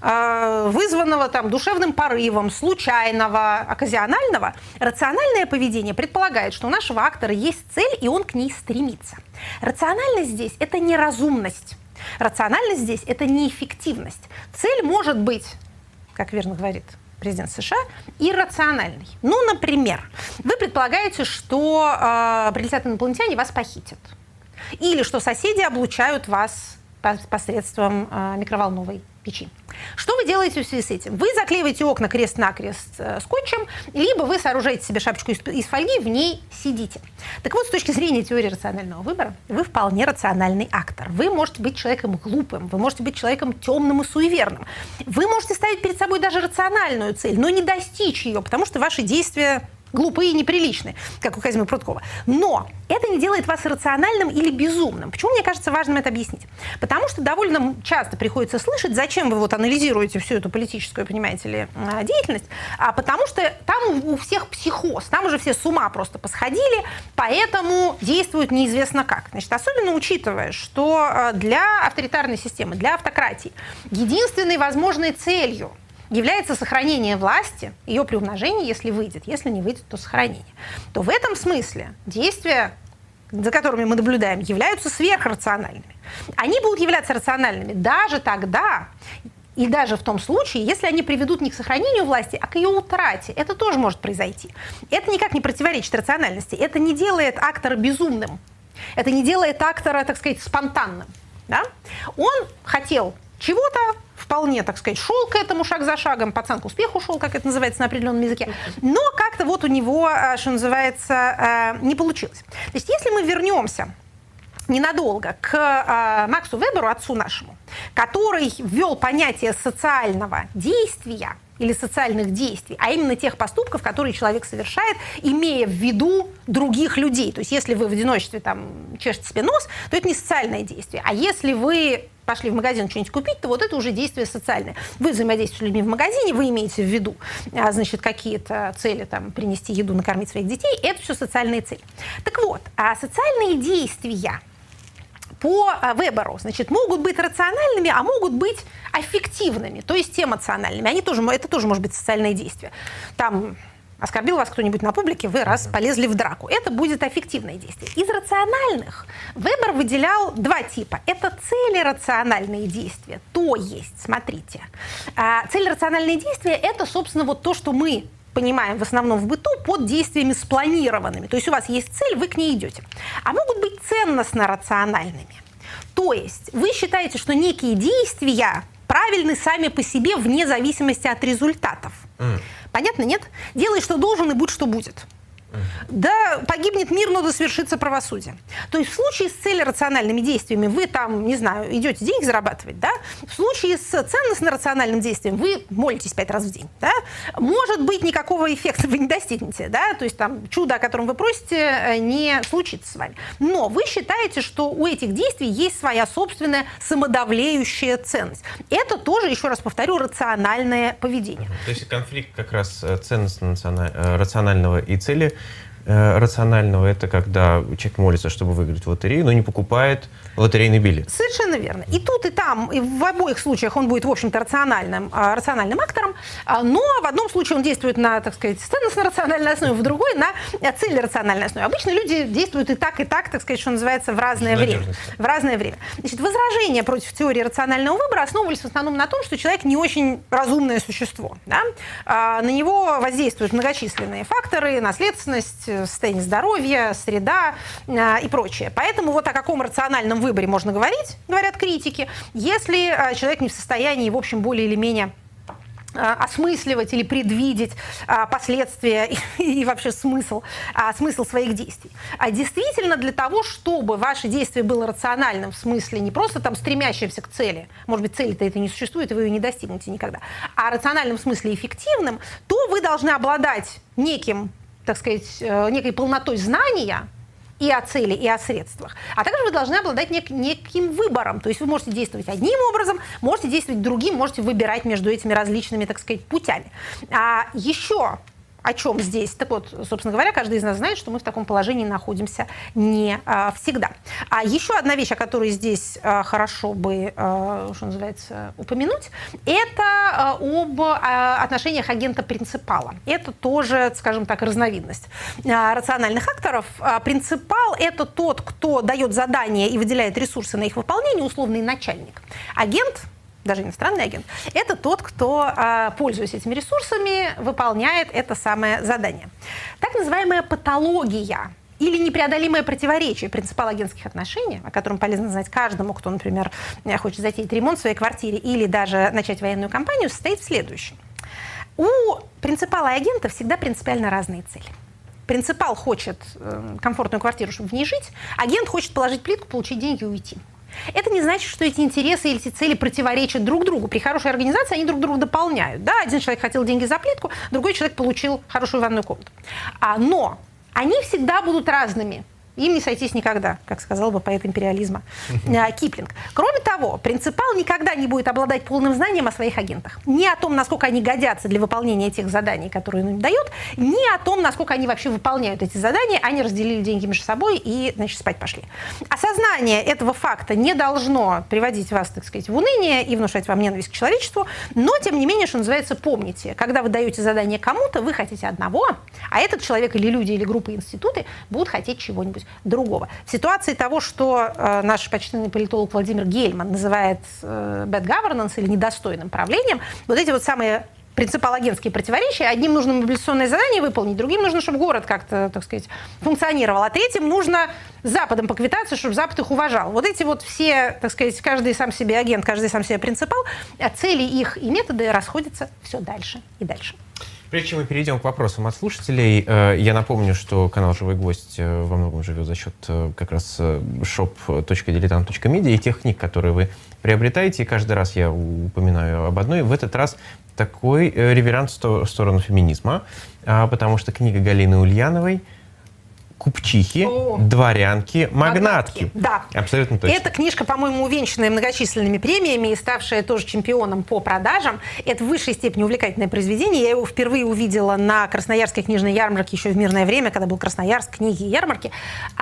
э, вызванного там, душевным порывом, случайного, оказионального, рациональное поведение предполагает, что у нашего актора есть цель, и он к ней стремится. Рациональность здесь – это не разумность. Рациональность здесь – это неэффективность. Цель может быть, как верно говорит президент США, иррациональный. Ну, например, вы предполагаете, что э, прилетят инопланетяне и вас похитят. Или что соседи облучают вас посредством э, микроволновой печи. Что вы делаете в связи с этим? Вы заклеиваете окна крест-накрест э, скотчем, либо вы сооружаете себе шапочку из, из фольги, в ней сидите. Так вот, с точки зрения теории рационального выбора, вы вполне рациональный актор. Вы можете быть человеком глупым, вы можете быть человеком темным и суеверным. Вы можете ставить перед собой даже рациональную цель, но не достичь ее, потому что ваши действия глупые и неприличные, как у Казимира Прудкова. Но это не делает вас рациональным или безумным. Почему мне кажется важным это объяснить? Потому что довольно часто приходится слышать, зачем вы вот анализируете всю эту политическую, понимаете ли, деятельность, а потому что там у всех психоз, там уже все с ума просто посходили, поэтому действуют неизвестно как. Значит, особенно учитывая, что для авторитарной системы, для автократии единственной возможной целью является сохранение власти, ее приумножение, если выйдет, если не выйдет, то сохранение, то в этом смысле действия, за которыми мы наблюдаем, являются сверхрациональными. Они будут являться рациональными даже тогда, и даже в том случае, если они приведут не к сохранению власти, а к ее утрате. Это тоже может произойти. Это никак не противоречит рациональности. Это не делает актора безумным. Это не делает актора, так сказать, спонтанным. Да? Он хотел чего-то, вполне, так сказать, шел к этому шаг за шагом, пацан к успеху шел, как это называется на определенном языке, но как-то вот у него, что называется, не получилось. То есть если мы вернемся ненадолго к Максу Веберу, отцу нашему, который ввел понятие социального действия или социальных действий, а именно тех поступков, которые человек совершает, имея в виду других людей. То есть если вы в одиночестве там чешете себе нос, то это не социальное действие. А если вы пошли в магазин что-нибудь купить, то вот это уже действие социальное. Вы взаимодействуете с людьми в магазине, вы имеете в виду, значит, какие-то цели, там, принести еду, накормить своих детей, это все социальные цели. Так вот, а социальные действия по Веберу, значит, могут быть рациональными, а могут быть аффективными, то есть эмоциональными. Они тоже, это тоже может быть социальное действие. Там оскорбил вас кто-нибудь на публике, вы раз полезли в драку. Это будет аффективное действие. Из рациональных Вебер выделял два типа. Это цели рациональные действия. То есть, смотрите, цель рациональные действия – это, собственно, вот то, что мы понимаем в основном в быту под действиями спланированными. То есть у вас есть цель, вы к ней идете. А могут быть ценностно-рациональными. То есть вы считаете, что некие действия правильны сами по себе вне зависимости от результатов. Mm. Понятно, нет? Делай, что должен, и будь, что будет. Да погибнет мир, но да свершится правосудие. То есть в случае с целерациональными действиями вы там, не знаю, идете деньги зарабатывать, да? В случае с ценностно-рациональным действием вы молитесь пять раз в день, да? Может быть, никакого эффекта вы не достигнете, да? То есть там чудо, о котором вы просите, не случится с вами. Но вы считаете, что у этих действий есть своя собственная самодавлеющая ценность. Это тоже, еще раз повторю, рациональное поведение. То есть конфликт как раз ценностно-рационального и цели рационального — это когда человек молится, чтобы выиграть в лотерею, но не покупает лотерейный билет. Совершенно верно. И тут, и там, и в обоих случаях он будет, в общем-то, рациональным, рациональным актором, но в одном случае он действует на, так сказать, ценностно-рациональной основе, в другой — на цельно-рациональной основе. Обычно люди действуют и так, и так, так сказать, что называется, в разное время. В разное время. Значит, возражения против теории рационального выбора основывались в основном на том, что человек не очень разумное существо. Да? На него воздействуют многочисленные факторы, наследственность, состояние здоровья, среда и прочее. Поэтому вот о каком рациональном выборе можно говорить, говорят критики, если человек не в состоянии, в общем, более или менее осмысливать или предвидеть а, последствия и, и вообще смысл, а, смысл своих действий. А действительно для того, чтобы ваше действие было рациональным, в смысле не просто там стремящимся к цели, может быть, цели-то это не существует, и вы ее не достигнете никогда, а рациональным в смысле эффективным, то вы должны обладать неким, так сказать, некой полнотой знания и о цели, и о средствах. А также вы должны обладать нек- неким выбором. То есть вы можете действовать одним образом, можете действовать другим, можете выбирать между этими различными, так сказать, путями. А еще о чем здесь? Так вот, собственно говоря, каждый из нас знает, что мы в таком положении находимся не а, всегда. А еще одна вещь, о которой здесь а, хорошо бы, а, что называется, упомянуть, это а, об а, отношениях агента-принципала. Это тоже, скажем так, разновидность а, рациональных акторов. А, принципал – это тот, кто дает задания и выделяет ресурсы на их выполнение, условный начальник. Агент – даже иностранный агент, это тот, кто, пользуясь этими ресурсами, выполняет это самое задание. Так называемая патология или непреодолимое противоречие принципал-агентских отношений, о котором полезно знать каждому, кто, например, хочет затеять ремонт в своей квартире или даже начать военную кампанию, состоит в следующем. У принципала и агента всегда принципиально разные цели. Принципал хочет комфортную квартиру, чтобы в ней жить, агент хочет положить плитку, получить деньги и уйти. Это не значит, что эти интересы или эти цели противоречат друг другу. При хорошей организации они друг друга дополняют. Да? Один человек хотел деньги за плитку, другой человек получил хорошую ванную комнату. А, но они всегда будут разными. Им не сойтись никогда, как сказал бы поэт империализма Киплинг. Кроме того, принципал никогда не будет обладать полным знанием о своих агентах. Ни о том, насколько они годятся для выполнения тех заданий, которые он им дает, ни о том, насколько они вообще выполняют эти задания. Они разделили деньги между собой и, значит, спать пошли. Осознание этого факта не должно приводить вас, так сказать, в уныние и внушать вам ненависть к человечеству, но, тем не менее, что называется, помните, когда вы даете задание кому-то, вы хотите одного, а этот человек или люди, или группы, институты будут хотеть чего-нибудь другого. В ситуации того, что э, наш почтенный политолог Владимир Гельман называет э, bad governance или недостойным правлением, вот эти вот самые принципал-агентские противоречия, одним нужно мобилизационное задание выполнить, другим нужно, чтобы город как-то, так сказать, функционировал, а третьим нужно с Западом поквитаться, чтобы Запад их уважал. Вот эти вот все, так сказать, каждый сам себе агент, каждый сам себе принципал, а цели их и методы расходятся все дальше и дальше. Прежде чем мы перейдем к вопросам от слушателей, я напомню, что канал «Живой гвоздь» во многом живет за счет как раз шоп точка дилетант точка медиа и тех книг, которые вы приобретаете. И каждый раз я упоминаю об одной. В этот раз такой реверанс в сторону феминизма, потому что книга Галины Ульяновой «Купчихи, О, дворянки, магнатки». магнатки. Да. Абсолютно точно. Эта книжка, по-моему, увенчанная многочисленными премиями и ставшая тоже чемпионом по продажам. Это в высшей степени увлекательное произведение. Я его впервые увидела на Красноярской книжной ярмарке еще в мирное время, когда был Красноярск, книги и ярмарки.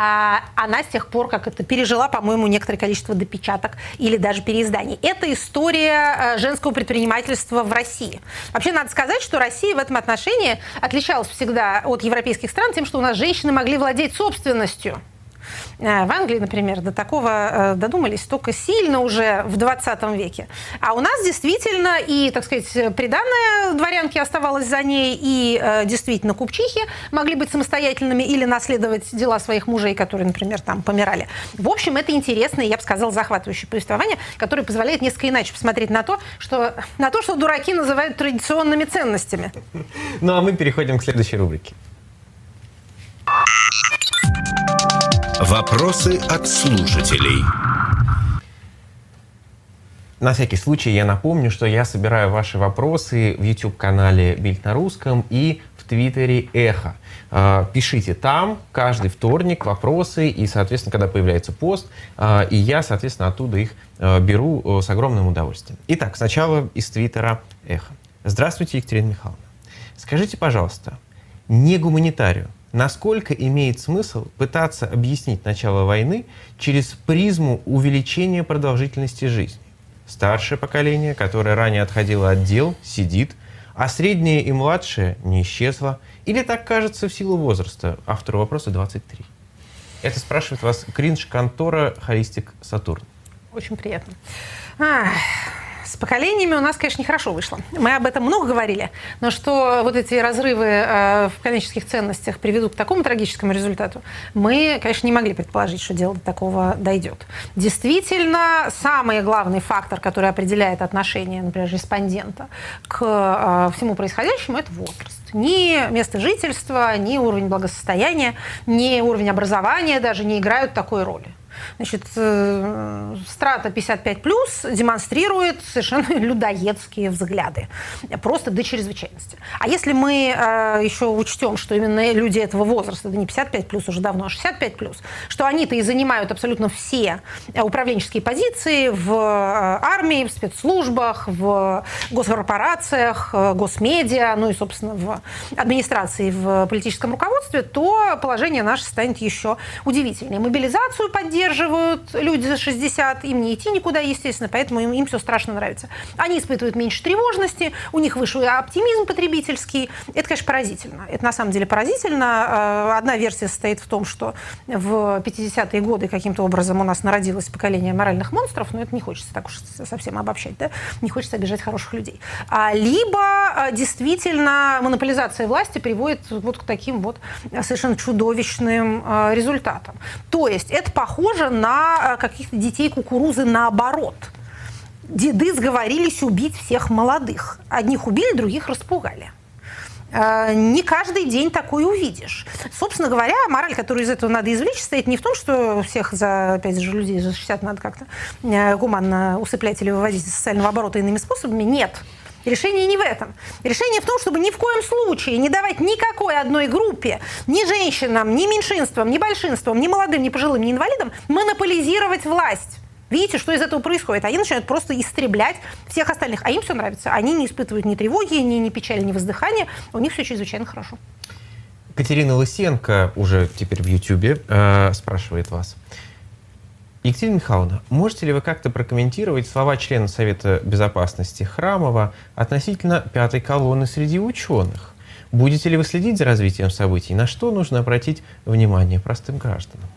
А она с тех пор, как это пережила, по-моему, некоторое количество допечаток или даже переизданий. Это история женского предпринимательства в России. Вообще, надо сказать, что Россия в этом отношении отличалась всегда от европейских стран тем, что у нас женщины могли владеть собственностью. В Англии, например, до такого додумались только сильно уже в двадцатом веке. А у нас действительно и, так сказать, приданное дворянки оставалось за ней, и действительно купчихи могли быть самостоятельными или наследовать дела своих мужей, которые, например, там помирали. В общем, это интересное, я бы сказала, захватывающее повествование, которое позволяет несколько иначе посмотреть на то, что, на то, что дураки называют традиционными ценностями. Ну, а мы переходим к следующей рубрике. Вопросы от слушателей. На всякий случай я напомню, что я собираю ваши вопросы в YouTube-канале «Бильд на русском» и в Твиттере «Эхо». Пишите там каждый вторник вопросы, и, соответственно, когда появляется пост, и я, соответственно, оттуда их беру с огромным удовольствием. Итак, сначала из Твиттера «Эхо». Здравствуйте, Екатерина Михайловна. Скажите, пожалуйста, не гуманитарию, насколько имеет смысл пытаться объяснить начало войны через призму увеличения продолжительности жизни? Старшее поколение, которое ранее отходило от дел, сидит, а среднее и младшее не исчезло. Или так кажется в силу возраста? Автору вопроса двадцать три. Это спрашивает вас кринж-контора «Холистик Сатурн». Очень приятно. Ах. С поколениями у нас, конечно, нехорошо вышло. Мы об этом много говорили, но что вот эти разрывы э, в конечных ценностях приведут к такому трагическому результату, мы, конечно, не могли предположить, что дело до такого дойдет. Действительно, самый главный фактор, который определяет отношение, например, респондента к э, всему происходящему, это возраст. Ни место жительства, ни уровень благосостояния, ни уровень образования даже не играют такой роли. Значит, страта пятьдесят пять плюс демонстрирует совершенно людоедские взгляды. Просто до чрезвычайности. А если мы еще учтем, что именно люди этого возраста, да не пятьдесят пять плюс уже давно, а шестьдесят пять плюс, что они-то и занимают абсолютно все управленческие позиции в армии, в спецслужбах, в госкорпорациях, госмедиа, ну и, собственно, в администрации, в политическом руководстве, то положение наше станет еще удивительнее. Мобилизацию поддерживают люди за шестьдесят, им не идти никуда, естественно, поэтому им, им все страшно нравится. Они испытывают меньше тревожности, у них выше оптимизм потребительский. Это, конечно, поразительно. Это на самом деле поразительно. Одна версия состоит в том, что в пятидесятые годы каким-то образом у нас народилось поколение моральных монстров, но это не хочется так уж совсем обобщать, да? Не хочется обижать хороших людей. Либо действительно монополизация власти приводит вот к таким вот совершенно чудовищным результатам. То есть это похоже на каких-то детей кукурузы наоборот. Деды сговорились убить всех молодых. Одних убили, других распугали. Не каждый день такое увидишь. Собственно говоря, мораль, которую из этого надо извлечь, стоит не в том, что всех, за, опять же, людей за шестьдесят надо как-то гуманно усыплять или выводить из социального оборота иными способами. Нет. Решение не в этом. Решение в том, чтобы ни в коем случае не давать никакой одной группе, ни женщинам, ни меньшинствам, ни большинствам, ни молодым, ни пожилым, ни инвалидам монополизировать власть. Видите, что из этого происходит? Они начинают просто истреблять всех остальных. А им все нравится. Они не испытывают ни тревоги, ни, ни печали, ни воздыхания. У них все чрезвычайно хорошо. Катерина Лысенко, уже теперь в Ютьюбе, э, спрашивает вас. Екатерина Михайловна, можете ли вы как-то прокомментировать слова члена Совета Безопасности Храмова относительно пятой колонны среди ученых? Будете ли вы следить за развитием событий? На что нужно обратить внимание простым гражданам?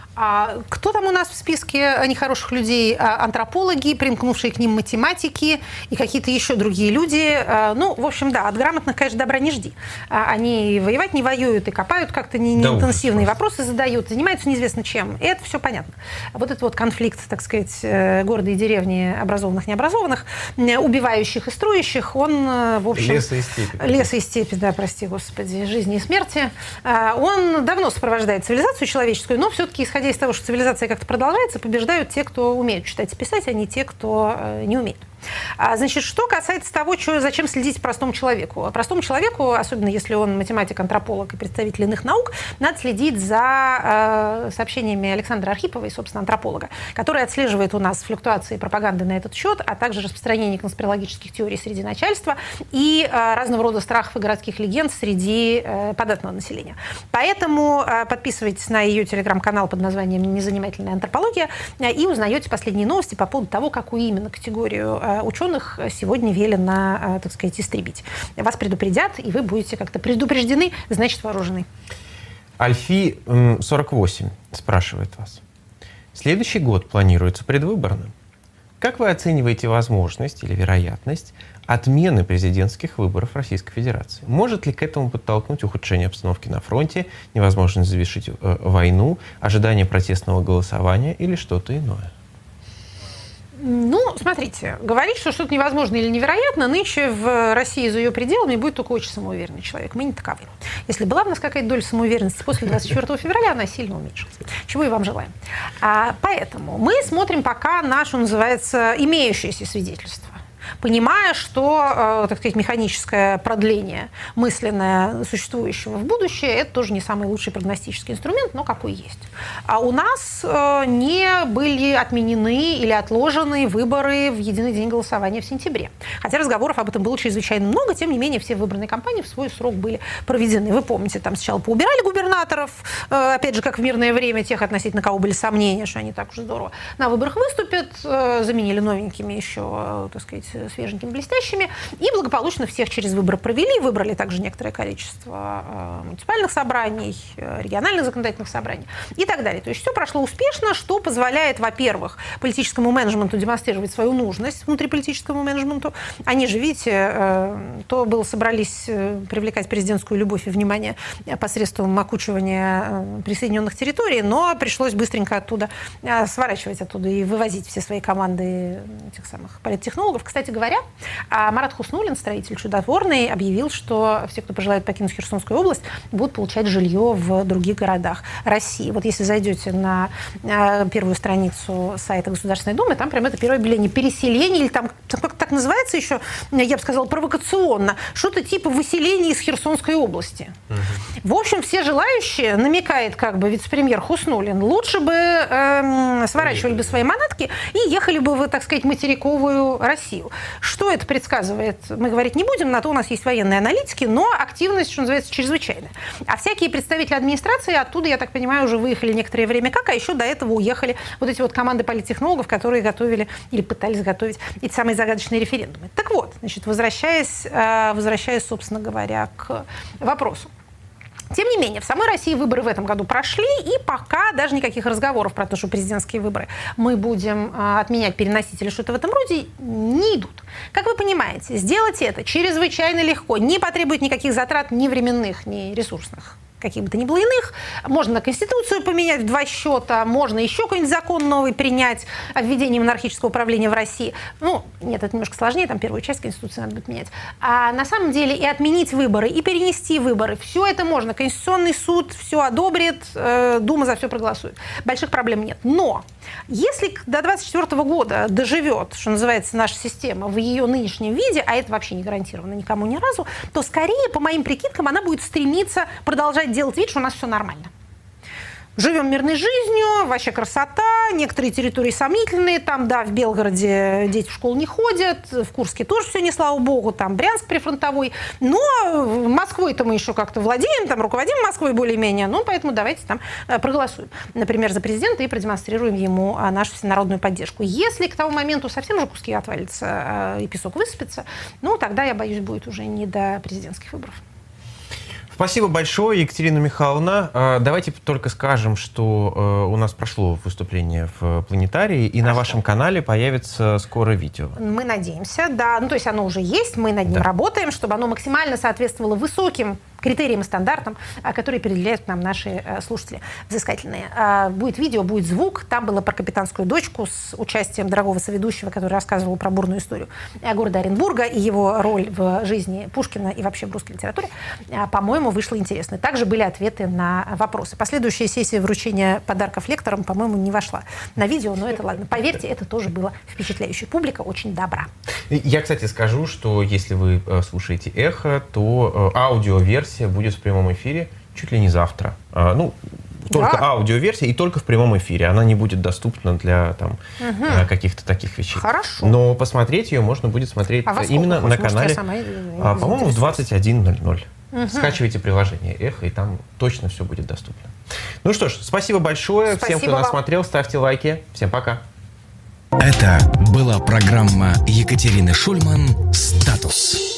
А кто там у нас в списке нехороших людей? Антропологи, примкнувшие к ним математики и какие-то еще другие люди. Ну, в общем, да, от грамотных, конечно, добра не жди. Они воевать не воюют и копают как-то не, не да интенсивные вопросы задают, занимаются неизвестно чем. И это все понятно. Вот этот вот конфликт, так сказать, города и деревни, образованных, необразованных, убивающих и строящих, он, в общем... Леса и степи. Леса и степи, да, прости господи, жизни и смерти. Он давно сопровождает цивилизацию человеческую, но все-таки, исходя из того, что цивилизация как-то продолжается, побеждают те, кто умеет читать и писать, а не те, кто э, не умеет. Значит, что касается того, что, зачем следить простому человеку. Простому человеку, особенно если он математик, антрополог и представитель иных наук, надо следить за э, сообщениями Александра Архипова, и, собственно, антрополога, который отслеживает у нас флуктуации пропаганды на этот счет, а также распространение конспирологических теорий среди начальства и э, разного рода страхов и городских легенд среди э, податного населения. Поэтому э, подписывайтесь на ее телеграм-канал под названием «Незанимательная антропология» э, и узнаете последние новости по поводу того, какую именно категорию э, ученых сегодня велено, так сказать, истребить. Вас предупредят, и вы будете как-то предупреждены, значит, вооружены. Альфи сорок восемь спрашивает вас. Следующий год планируется предвыборным. Как вы оцениваете возможность или вероятность отмены президентских выборов Российской Федерации? Может ли к этому подтолкнуть ухудшение обстановки на фронте, невозможность завершить э, войну, ожидание протестного голосования или что-то иное? Ну, смотрите, говорить, что что-то невозможно или невероятно, нынче в России за ее пределами будет только очень самоуверенный человек. Мы не таковы. Если была у нас какая-то доля самоуверенности после двадцать четвёртого февраля, она сильно уменьшилась. Чего и вам желаем. А, поэтому мы смотрим пока на, что называется, имеющиеся свидетельства. Понимая, что, так сказать, механическое продление мысленное существующего в будущее – это тоже не самый лучший прогностический инструмент, но какой есть. А у нас не были отменены или отложены выборы в единый день голосования в сентябре. Хотя разговоров об этом было чрезвычайно много, тем не менее все выборные кампании в свой срок были проведены. Вы помните, там сначала поубирали губернаторов, опять же, как в мирное время, тех, относительно кого были сомнения, что они так уж здорово на выборах выступят, заменили новенькими еще, так сказать, свеженькими, блестящими, и благополучно всех через выборы провели, выбрали также некоторое количество э, муниципальных собраний, э, региональных законодательных собраний и так далее. То есть все прошло успешно, что позволяет, во-первых, политическому менеджменту демонстрировать свою нужность, внутриполитическому менеджменту. Они же, видите, э, то было собрались э, привлекать президентскую любовь и внимание посредством окучивания э, присоединенных территорий, но пришлось быстренько оттуда э, сворачивать оттуда и вывозить все свои команды этих самых политтехнологов. Кстати говоря, Марат Хуснуллин, строитель чудотворный, объявил, что все, кто пожелает покинуть Херсонскую область, будут получать жилье в других городах России. Вот если зайдете на первую страницу сайта Государственной Думы, там прям это первое объявление переселение, или там, как так называется еще, я бы сказала, провокационно, что-то типа выселения из Херсонской области. Угу. В общем, все желающие, намекает как бы вице-премьер Хуснуллин, лучше бы эм, сворачивали бы свои манатки и ехали бы в, так сказать, материковую Россию. Что это предсказывает? Мы говорить не будем, на то у нас есть военные аналитики, но активность, что называется, чрезвычайная. А всякие представители администрации оттуда, я так понимаю, уже выехали некоторое время как, а еще до этого уехали вот эти вот команды политтехнологов, которые готовили или пытались готовить эти самые загадочные референдумы. Так вот, значит, возвращаясь, возвращаясь, собственно говоря, к вопросу. Тем не менее, в самой России выборы в этом году прошли, и пока даже никаких разговоров про то, что президентские выборы мы будем отменять, переносить или что-то в этом роде, не идут. Как вы понимаете, сделать это чрезвычайно легко, не потребует никаких затрат ни временных, ни ресурсных, каких бы то ни было иных. Можно Конституцию поменять в два счета, можно еще какой-нибудь закон новый принять о введении монархического управления в России. Ну, нет, это немножко сложнее, там первую часть Конституции надо будет менять. А на самом деле и отменить выборы, и перенести выборы, все это можно. Конституционный суд все одобрит, Дума за все проголосует. Больших проблем нет. Но если до двадцать четвёртого года доживет, что называется, наша система в ее нынешнем виде, а это вообще не гарантировано никому ни разу, то скорее, по моим прикидкам, она будет стремиться продолжать делать вид, что у нас все нормально. Живем мирной жизнью, вообще красота, некоторые территории сомнительные, там, да, в Белгороде дети в школу не ходят, в Курске тоже все не слава богу, там Брянск прифронтовой, но Москвой-то мы еще как-то владеем, там руководим Москвой более-менее, ну, поэтому давайте там проголосуем, например, за президента и продемонстрируем ему нашу всенародную поддержку. Если к тому моменту совсем же куски отвалятся и песок высыпется, ну, тогда, я боюсь, будет уже не до президентских выборов. Спасибо большое, Екатерина Михайловна. Давайте только скажем, что у нас прошло выступление в планетарии, и Хорошо. На вашем канале появится скоро видео. Мы надеемся, да. Ну, то есть оно уже есть, мы над ним да. работаем, чтобы оно максимально соответствовало высоким критериям и стандартам, которые переделяют нам наши слушатели взыскательные. Будет видео, будет звук. Там было про капитанскую дочку с участием дорогого соведущего, который рассказывал про бурную историю города Оренбурга и его роль в жизни Пушкина и вообще в русской литературе. По-моему, вышло интересно. Также были ответы на вопросы. Последующая сессия вручения подарков лекторам, по-моему, не вошла на видео, но это ладно. Поверьте, это тоже было впечатляюще. Публика очень добра. Я, кстати, скажу, что если вы слушаете «Эхо», то аудиоверсия будет в прямом эфире чуть ли не завтра. А, ну, только да. аудиоверсия и только в прямом эфире. Она не будет доступна для там, угу. каких-то таких вещей. Хорошо. Но посмотреть ее можно будет смотреть а именно на канале, а, по-моему, в двадцать один ноль ноль. Угу. Скачивайте приложение «Эхо», и там точно все будет доступно. Ну что ж, спасибо большое. Спасибо всем, кто вам. Нас смотрел. Ставьте лайки. Всем пока. Это была программа Екатерины Шульман «Статус».